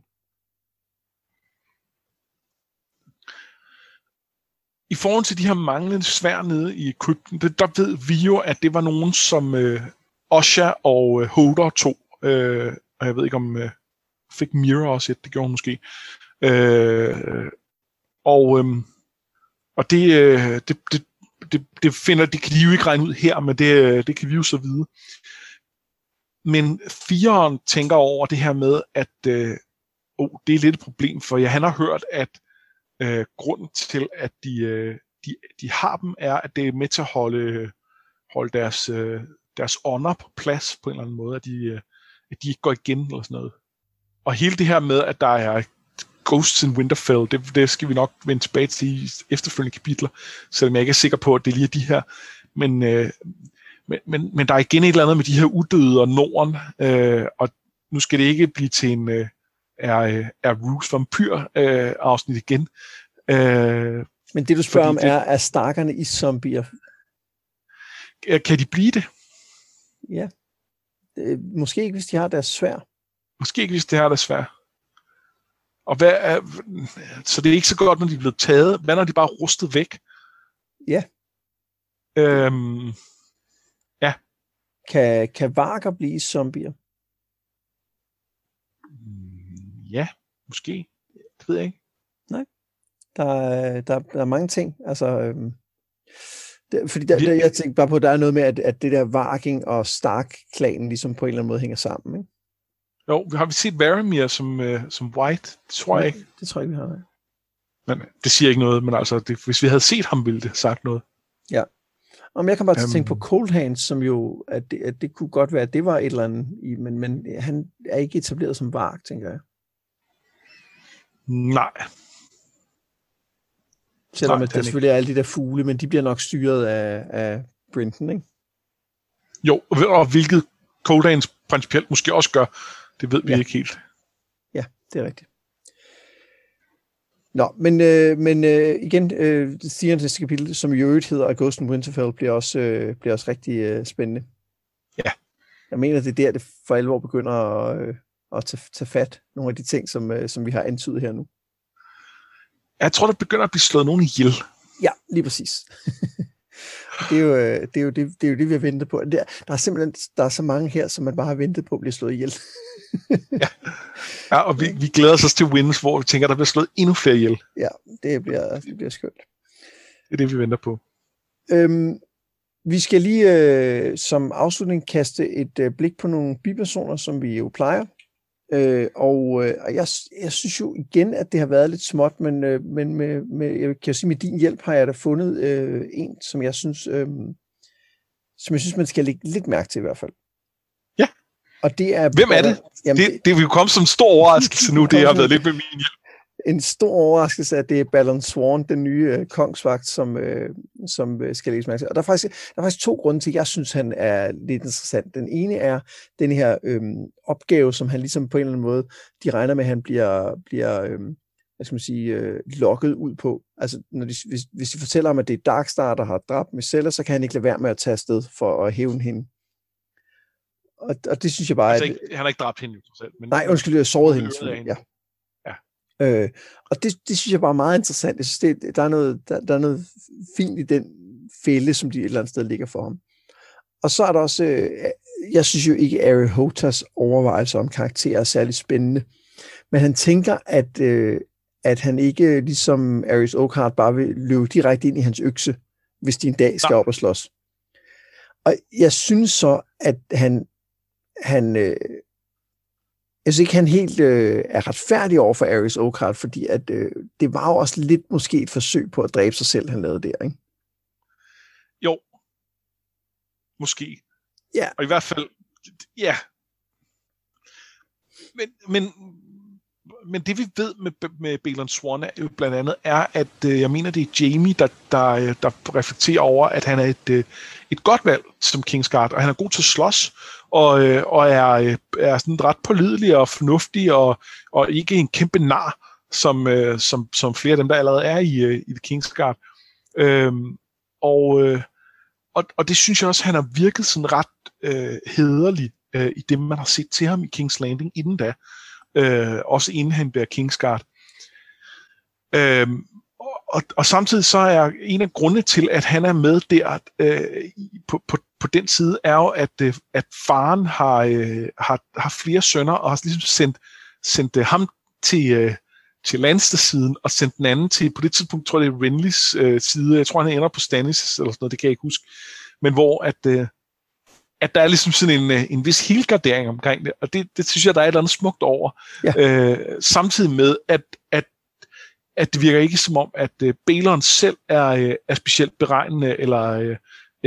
I forhold til de her manglende sværd nede i krypten, der ved vi jo, at det var nogen, som Osha og Hodor tog. Og jeg ved ikke, om fik Mira også et, det gjorde hun måske. Og det finder, det kan de jo ikke regne ud her, men det kan vi jo så vide. Men 4'eren tænker over det her med, at det er lidt et problem, for han har hørt, at grunden til, at de har dem, er, at det er med til at holde deres ånder på plads på en eller anden måde, at de ikke går igen eller sådan noget. og hele det her med, at der er Ghosts in Winterfell, det skal vi nok vende tilbage til i efterfølgende kapitler, selvom jeg ikke er sikker på, at det er lige de her. Men der er igen et eller andet med de her udøde og Norden, og nu skal det ikke blive til en er Roose vampyr afsnit igen. Men det du spørger om er Starkerne i zombier? Kan de blive det? Ja. Måske ikke, hvis de har deres sværd. Måske ikke, hvis de har deres sværd. Og så det er ikke så godt, når de er blevet taget. Hvad når de bare er rustet væk? Ja. Ja. Kan varker blive zombier? Ja, måske. Det ved jeg ikke. Nej. Der er mange ting. Altså, fordi jeg tænker bare på, at der er noget med, at det der Varking og Stark-klanen ligesom på en eller anden måde hænger sammen, ikke? Jo, har vi set Varamir som White? Det tror jeg ikke. Det tror jeg ikke, vi har. Men det siger ikke noget, men altså, hvis vi havde set ham, ville det sagt noget. Ja. Og jeg kan bare tænke på Cold Hands, som jo, at det kunne godt være, at det var et eller andet, men han er ikke etableret som vark, tænker jeg. Nej. Selvom at der selvfølgelig er alle de der fugle, men de bliver nok styret af Brenton, ikke? Jo, og hvilket Cold Hands principielt måske også gør, det ved vi ikke helt. Ja, det er rigtigt. Nå, men igen, det 4. kapitel, som i øvrigt hedder Ghost in Winterfell, bliver også rigtig spændende. Ja. Jeg mener, det er der, det for alvor begynder at tage fat. Nogle af de ting, som vi har antydet her nu. Jeg tror, der begynder at blive slået nogen ihjel. Ja, lige præcis. Det er jo det, vi har ventet på. Der er simpelthen så mange her, som man bare har ventet på at blive slået ihjel. Ja, og vi glæder os til Winds, hvor vi tænker, at der bliver slået endnu flere ihjel. Ja, det bliver skønt. Det er det, vi venter på. Vi skal lige som afslutning kaste et blik på nogle bipersoner, som vi jo plejer. Og jeg synes jo igen, at det har været lidt småt, men jeg kan jo sige, med din hjælp har jeg da fundet en, som jeg synes, man skal lægge lidt mærke til i hvert fald. Ja. Og det er... Hvem er det? Jamen, det vil jo komme som en stor overraskelse nu, det har været lidt med min hjælp. En stor overraskelse, at det er Balon Sworn, den nye kongsvagt, som skal lægges mærke til. Og der er faktisk 2 grunde til, at jeg synes, han er lidt interessant. Den ene er den her opgave, som han ligesom på en eller anden måde, de regner med, at han bliver hvad skal man sige, lokket ud på. Altså, hvis de fortæller ham, at det er Darkstar, der har dræbt Myrcella, så kan han ikke lade være med at tage afsted for at hævne hende. Og det synes jeg bare... Altså, han har ikke dræbt hende, selv. Men nej, undskyld, jeg har såret hende. Ja. Og det synes jeg bare er meget interessant. Jeg synes, der er noget fint i den fælde, som de et eller andet sted ligger for ham. Og så er der også, jeg synes jo ikke, at Ari Hotas overvejelser om karakterer er særlig spændende. Men han tænker, at han ikke ligesom Aerys Oakheart bare vil løbe direkte ind i hans økse, hvis de en dag skal op og slås. Og jeg synes så, at jeg synes ikke, han helt er retfærdig over for Aerys Oakheart, fordi at, det var jo også lidt måske et forsøg på at dræbe sig selv, han lavede der, ikke? Jo. Måske. Ja. Og i hvert fald, ja. Men det vi ved med Balon Sworn er jo blandt andet, er, at jeg mener, det er Jaime, der reflekterer over, at han er et godt valg som Kingsguard, og han er god til at slås, og er sådan ret pålidelig og fornuftig, og ikke en kæmpe nar, som flere af dem, der allerede er i The Kingsguard. Og det synes jeg også, han har virket sådan ret hæderlig i det, man har set til ham i King's Landing inden da. Også inden han bliver Kingsguard. Og samtidig så er en af grundene til, at han er med der på den side, er jo, at faren har flere sønner, og har ligesom sendt ham til Lannister-siden, og sendt den anden til, på det tidspunkt tror jeg, det er Renlys side. Jeg tror, han ender på Stannis, eller sådan noget, det kan jeg ikke huske. Men hvor at der er ligesom sådan en vis helgardering omkring det, og det synes jeg, der er et eller andet smukt over. Ja. Samtidig med, at det virker ikke som om, at Balon selv er specielt beregnende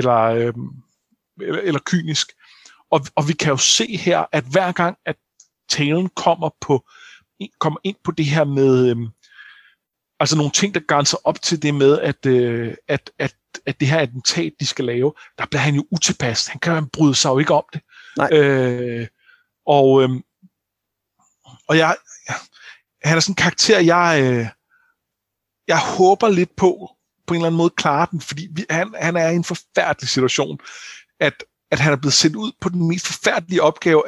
eller kynisk. Og vi kan jo se her, at hver gang, at talen kommer ind på det her med altså nogle ting, der grænser op til det med, at det her attentat, de skal lave, der bliver han jo utilpas. Han kan bryde sig jo ikke om det. Nej. Og han er sådan en karakter, jeg håber lidt på en eller anden måde klare den, fordi han er i en forfærdelig situation, at han er blevet sendt ud på den mest forfærdelige opgave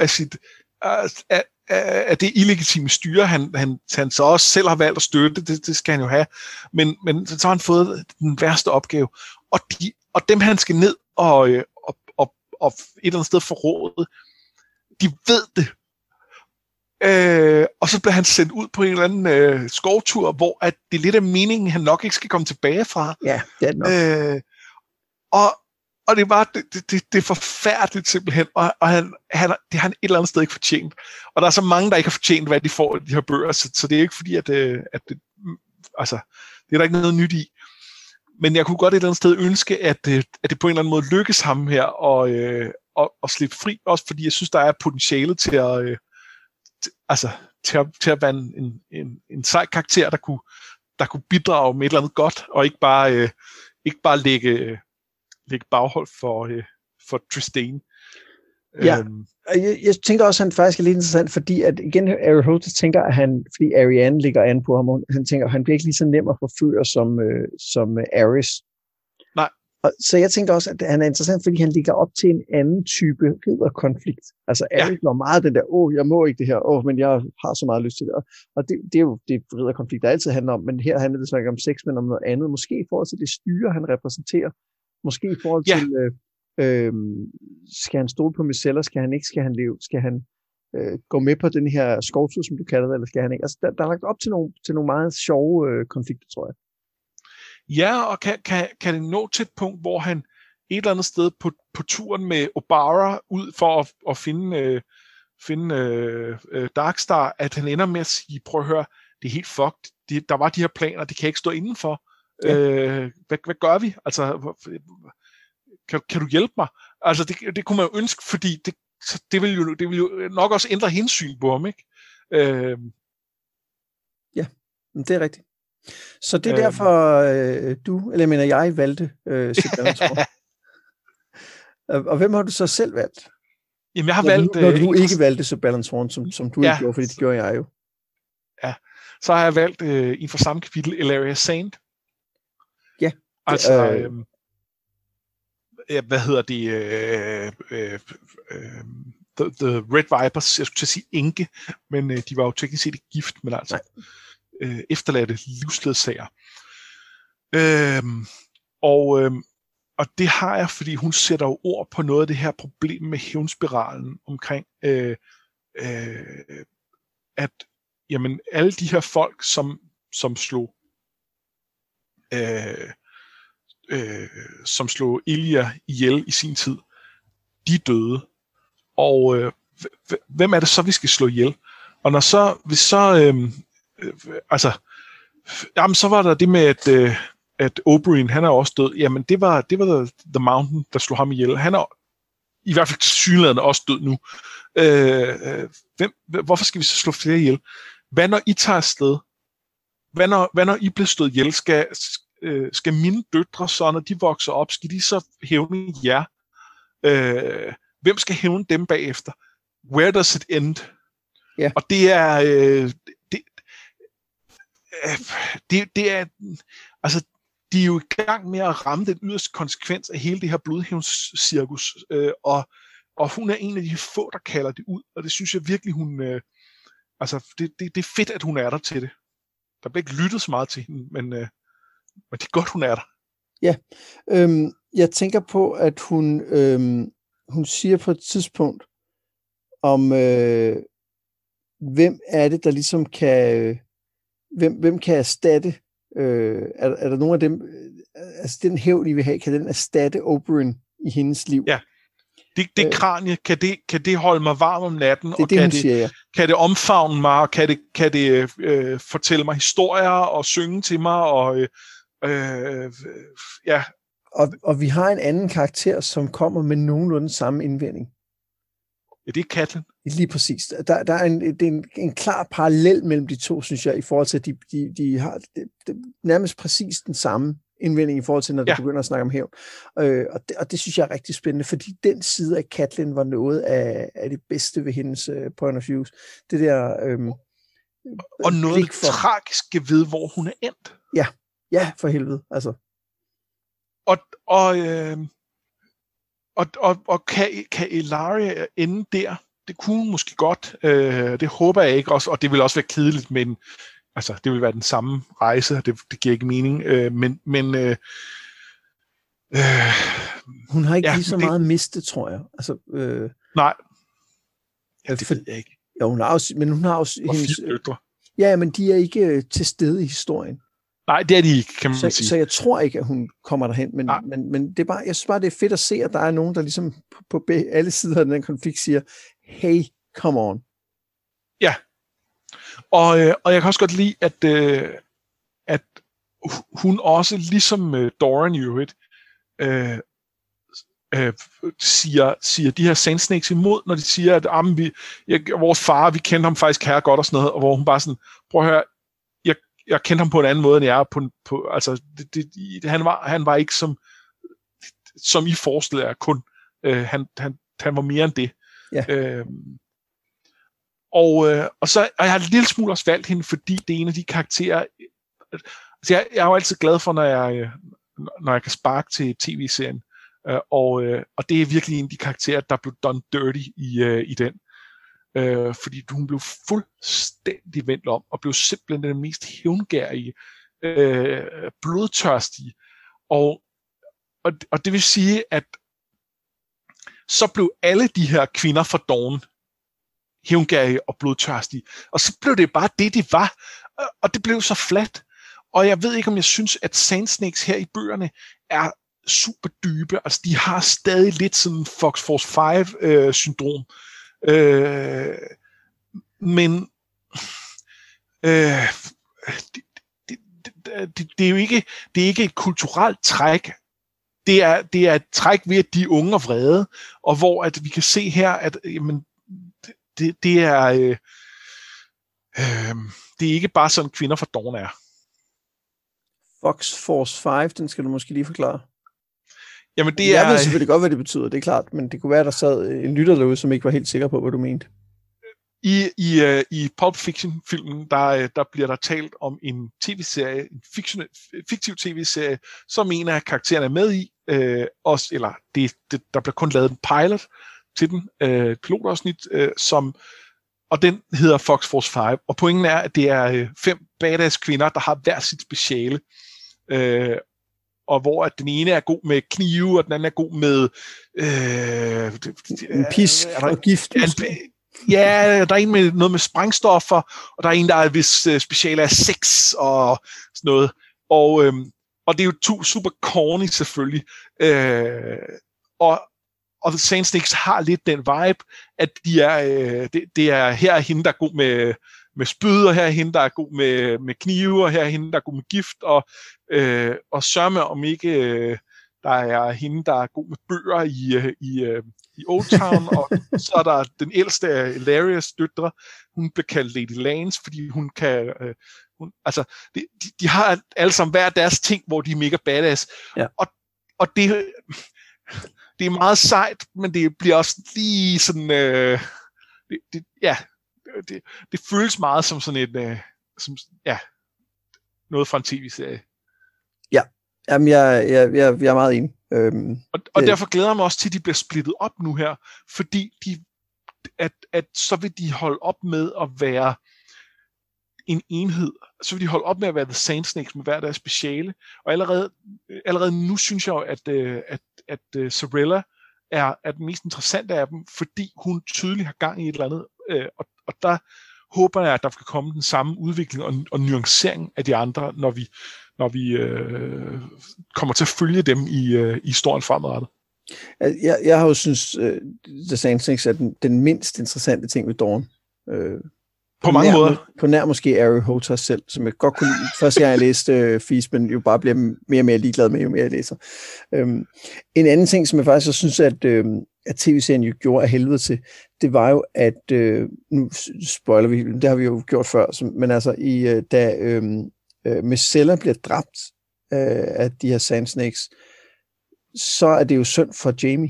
af det illegitime styre, han så også selv har valgt at støtte, det skal han jo have, men så har han fået den værste opgave, og dem han skal ned og et eller andet sted forråde, de ved det. Og så bliver han sendt ud på en eller anden skovtur, hvor at det lidt af meningen, han nok ikke skal komme tilbage fra. Ja, det er nok. Og det er bare, det er forfærdeligt simpelthen, og det har han et eller andet sted ikke fortjent. Og der er så mange, der ikke har fortjent, hvad de får i de her bøger, så det er ikke fordi, at det er der ikke noget nyt i. Men jeg kunne godt et eller andet sted ønske, at det på en eller anden måde lykkes ham her, og slippe fri, også fordi jeg synes, der er potentiale til at være en sej karakter, der kunne bidrage med et eller andet godt, og ikke bare lægge baghold for Trystane. Ja, jeg tænker også, at han faktisk er lidt interessant, fordi at igen, Ari Holter tænker, at fordi Arianne ligger an på ham, han tænker, at han bliver ikke lige så nem at forføre som Aerys. Nej. Og så jeg tænker også, at han er interessant, fordi han ligger op til en anden type ridderkonflikt. Altså Aerys går meget den der, jeg må ikke det her, men jeg har så meget lyst til det. Og det er jo det ridderkonflikt, der altid handler om, men her handler det så ikke om sex, men om noget andet. Måske i forhold til det styre, han repræsenterer. Måske i forhold til, skal han stole på Myrcella, skal han ikke, skal han gå med på den her skovtur, som du kalder det, eller skal han ikke? Altså, der er lagt op til nogle meget sjove konflikter, tror jeg. Ja, og kan det nå til et punkt, hvor han et eller andet sted på turen med Obara ud for at finde Darkstar, at han ender med at sige, prøv at høre, det er helt fucked, der var de her planer, det kan jeg ikke stå indenfor. Ja. Hvad gør vi? Altså, kan du hjælpe mig? Altså, det kunne man jo ønske, fordi det vil jo nok også ændre hensyn på ham, ikke? Ja, det er rigtigt. Så det er derfor, jeg valgte Sebastian. Og hvem har du så selv valgt? Jamen, jeg har valgt... Når du ikke valgte Sebastian Swan, som du ikke gjorde, fordi det gjorde jeg jo. Ja, så har jeg valgt en fra samme kapitel, Ellaria Sand. Ja. Altså, hvad hedder det? The Red Vipers, jeg skulle til at sige enke, men de var jo teknisk set ikke gift, men altså efterladte livsledsager. Og det har jeg, fordi hun sætter jo ord på noget af det her problem med hævnspiralen omkring, at jamen, alle de her folk, som slog Elia ihjel i sin tid, de døde. Og hvem er det så, vi skal slå ihjel? Og når så, så var der det med, at Oberyn, han er også død. Jamen, det var The Mountain, der slog ham ihjel. Han er i hvert fald tilsyneladende også død nu. Hvorfor skal vi så slå flere ihjel? Hvad når I tager afsted? Hvad når I bliver slået ihjel? Skal mine døtre, så når de vokser op, skal de så hævne jer? Hvem skal hævne dem bagefter? Where does it end? Yeah. Og det er det er altså, de er jo i gang med at ramme den yderste konsekvens af hele det her blodhævnscirkus, og hun er en af de få, der kalder det ud, og det synes jeg virkelig, hun det er fedt, at hun er der til det. Der bliver ikke lyttet så meget til hende, men det er godt, hun er der. Ja, jeg tænker på, at hun siger på et tidspunkt om, hvem er det, der ligesom kan, hvem kan erstatte, er der nogen af dem, altså den hævn, I vil have, kan den erstatte Oberyn i hendes liv? Ja, det kranie, kan det holde mig varm om natten, det, og det, kan det omfavne mig, og kan det fortælle mig historier, og synge til mig, og ja. Og vi har en anden karakter, som kommer med nogenlunde samme indvending. Ja, det er Catelyn. Lige præcis. Der er en klar parallel mellem de to, synes jeg, i forhold til, at de har nærmest præcis den samme indvending i forhold til, når de begynder at snakke om hævn. Og det synes jeg er rigtig spændende, fordi den side af Catelyn var noget af det bedste ved hendes point of view. Det der... og noget tragiske ved, hvor hun er endt. Ja, for helvede. Altså. Og kan Ellaria ende der? Det kunne hun måske godt. Det håber jeg ikke også, og det vil også være kedeligt, men altså, det vil være den samme rejse, og det giver ikke mening. Hun har ikke lige så meget mistet, tror jeg. Altså, nej. Ja, det ved jeg ikke. Ja, hun har også, men hun har også hendes døtre. Ja, men de er ikke til stede i historien. Nej, det er de ikke, kan man sige. Så jeg tror ikke, at hun kommer derhen, men det er bare, jeg synes bare, det er fedt at se, at der er nogen, der ligesom på alle sider af den konflikt siger, hey, come on. Ja, og jeg kan også godt lide, at hun også, ligesom Doran i øvrigt, siger de her Sand Snakes imod, når de siger, at vores far, vi kendte ham faktisk her godt og sådan noget, og hvor hun bare sådan, prøv at høre, jeg kendte ham på en anden måde, end jeg er på altså, han var ikke som I forestiller jer kun. Han var mere end det. Ja. Og jeg har en lille smule også valgt hende, fordi det er en af de karakterer, altså jeg er jo altid glad for, når jeg kan sparke til tv-serien, og det er virkelig en af de karakterer, der blev done dirty i den. Fordi hun blev fuldstændig vendt om, og blev simpelthen den mest hævngærige, blodtørstige. Og det vil sige, at så blev alle de her kvinder fra Dawn hævngærige og blodtørstige. Og så blev det bare det, de var. Og det blev så fladt. Og jeg ved ikke, om jeg synes, at Sand Snakes her i bøgerne er super dybe. Altså, de har stadig lidt sådan Fox Force 5-syndrom. Men det er jo ikke et kulturelt træk. Det er et træk ved, at de er unge og vrede, og hvor at vi kan se her, at jamen, det er ikke bare sådan kvinder fra Dawn er. Fox Force 5, den skal du måske lige forklare. Jamen jeg ved selvfølgelig godt, hvad det betyder, det er klart, men det kunne være, der sad en lytter derude, som ikke var helt sikker på, hvad du mente. I Pulp Fiction-filmen, der bliver der talt om en tv-serie, en fiktiv tv-serie, som en af karaktererne er med i, der bliver kun lavet en pilot til den, pilotafsnit, og den hedder Fox Force 5, og pointen er, at det er 5 badass kvinder, der har hver sit speciale, og hvor at den ene er god med knive, og den anden er god med pisk og gift. Ja, der er en med noget med sprængstoffer, og der er en, der er hvis speciale af sex og sådan noget. Og det er jo super corny selvfølgelig. Og The Sand Snakes har lidt den vibe, at de er, det er her er hende, der er god med spyd, og her er hende, der er god med knive, og her er hende, der er god med gift, og sørme om ikke der er hende, der er god med bøger i Old Town, og så er der den ældste af Elarias døtre, hun bliver kaldt Lady Lance, fordi hun kan, de har alle sammen hver deres ting, hvor de er mega badass, ja. Og det er meget sejt, men det bliver også lige sådan, det føles meget som sådan et, noget fra en tv-serie. Ja. Jamen, jeg er meget enig. Og derfor glæder jeg mig også til, at de bliver splittet op nu her, fordi at så vil de holde op med at være en enhed. Så vil de holde op med at være The Sand Snakes med hver deres speciale. Og allerede nu synes jeg jo, at Sarella er den mest interessante af dem, fordi hun tydeligt har gang i et eller andet. Og der håber jeg, at der kan komme den samme udvikling og nuancering af de andre, når vi kommer til at følge dem i historien fremadrettet. Jeg har jo synes, The Sand Snakes er den mindst interessante ting ved Dawn. På mange måder. På nær måske Ari Hota selv, som jeg godt kunne lide. Første gang jeg læste Feast, men jo bare bliver mere og mere ligeglad med, jo mere jeg læser. En anden ting, som jeg faktisk synes, at tv-serien jo gjorde af helvede til, det var jo, at, nu spoiler vi, det har vi jo gjort før, men altså, da Myrcella bliver dræbt af de her Sand Snakes, så er det jo synd for Jaime.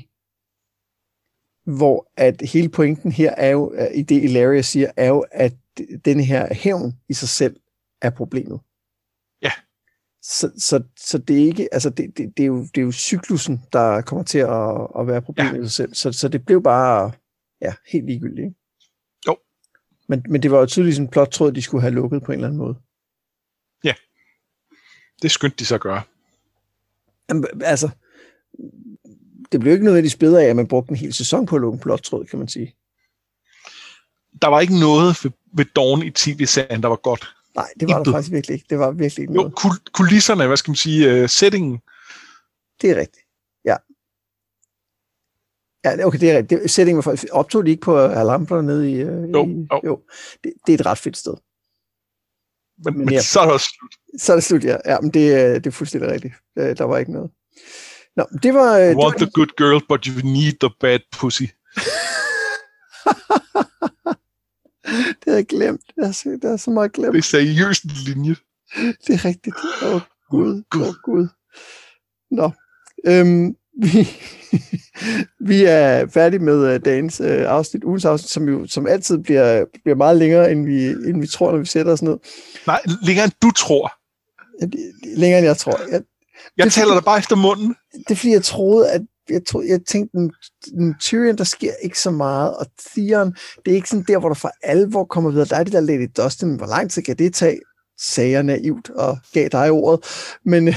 Hvor at hele pointen her er jo, i det Illyria siger, er jo, at den her hævn i sig selv er problemet. Ja. Så det er ikke, altså det er jo cyklusen, der kommer til at være problemet i sig selv. Så det blev bare, helt ligegyldigt. Ikke? Jo. Men det var jo tydeligvis en plot-tråd, de skulle have lukket på en eller anden måde. Ja. Det skyndte de så at gøre. Jamen, altså, det blev ikke nødvendigvis bedre af, at man brugte en hel sæson på at lukke en plot-tråd, kan man sige. Der var ikke noget ved Dawn i tv-serien, der var godt. Nej, det var der faktisk virkelig ikke. Det var virkelig ikke noget. Jo, kulisserne, hvad skal man sige, settingen. Det er rigtigt, ja. Ja, okay, det er rigtigt. Settingen var faktisk, optog de ikke på alarmerne nede i... Jo. Det er et ret fedt sted. Men ja, så er det også slut. Så er det slut, ja. Ja, men det er fuldstændig rigtigt. Der var ikke noget. Nå, det var... You want the good girl, but you need the bad pussy. Det havde jeg glemt. Det er så meget glemt. Det er seriøst en linje. Det er rigtigt. Gud. Nå. Vi er færdige med dagens ugens afsnit, som altid bliver meget længere, end vi tror, når vi sætter os ned. Nej, længere end du tror. Længere end jeg tror. Jeg taler dig bare efter munden. Det er fordi, jeg troede, at jeg tænkte, en Tyrion, der sker ikke så meget, og Theon, det er ikke sådan der, hvor der for alvor kommer videre. Der er det der Lady Dustin, men hvor lang tid kan det tage, sagde jeg naivt, og gav dig ordet. Men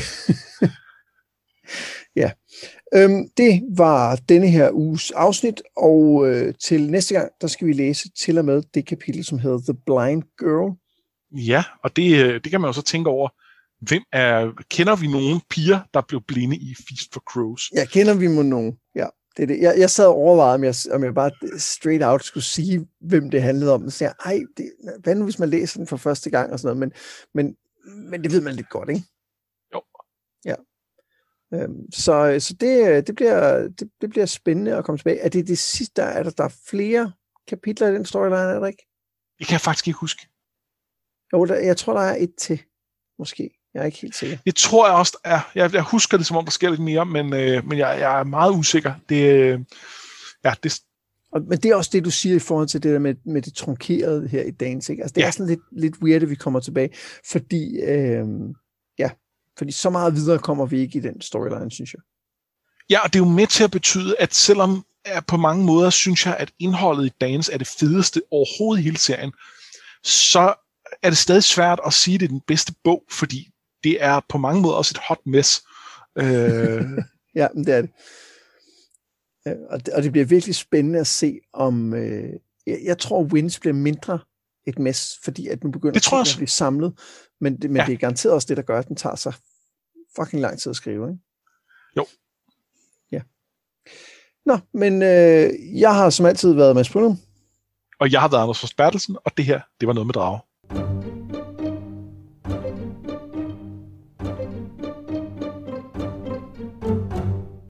ja, det var denne her uges afsnit, og til næste gang, der skal vi læse til og med det kapitel, som hedder The Blind Girl. Ja, og det kan man jo så tænke over. Kender vi nogen piger, der blev blinde i Feast for Crows? Ja, kender vi nogen. Ja, det er det. Jeg sad og overvejede, om jeg bare straight out skulle sige, hvem det handlede om. Så jeg, hvad nu, hvis man læser den for første gang og sådan noget, men det ved man lidt godt, ikke? Jo. Ja. Så det bliver spændende at komme tilbage. Er det sidste, der er flere kapitler i den storyline, er der ikke? Det kan jeg faktisk ikke huske. Jo, jeg tror, der er et til, måske. Jeg er ikke helt sikker. Det tror jeg også er. Jeg husker det, som om der sker lidt mere, men jeg er meget usikker. Men det er også det, du siger i forhold til det der med det trunkerede her i dagens, ikke? Altså, det er sådan lidt weird, at vi kommer tilbage, fordi fordi så meget videre kommer vi ikke i den storyline, synes jeg. Ja, og det er jo med til at betyde, at selvom på mange måder synes jeg, at indholdet i dagens er det fedeste overhovedet i hele serien, så er det stadig svært at sige, at det er den bedste bog, fordi det er på mange måder også et hot mess. Ja, det er det. Og det bliver virkelig spændende at se, om... jeg tror, Winds bliver mindre et mess, fordi at nu begynder at blive samlet, men det er garanteret også det, der gør, at den tager sig fucking lang tid at skrive, ikke? Jo. Ja. Nå, men jeg har som altid været Mads Brunum. Og jeg har været Anders Fors Bertelsen, og det her, det var noget med drager.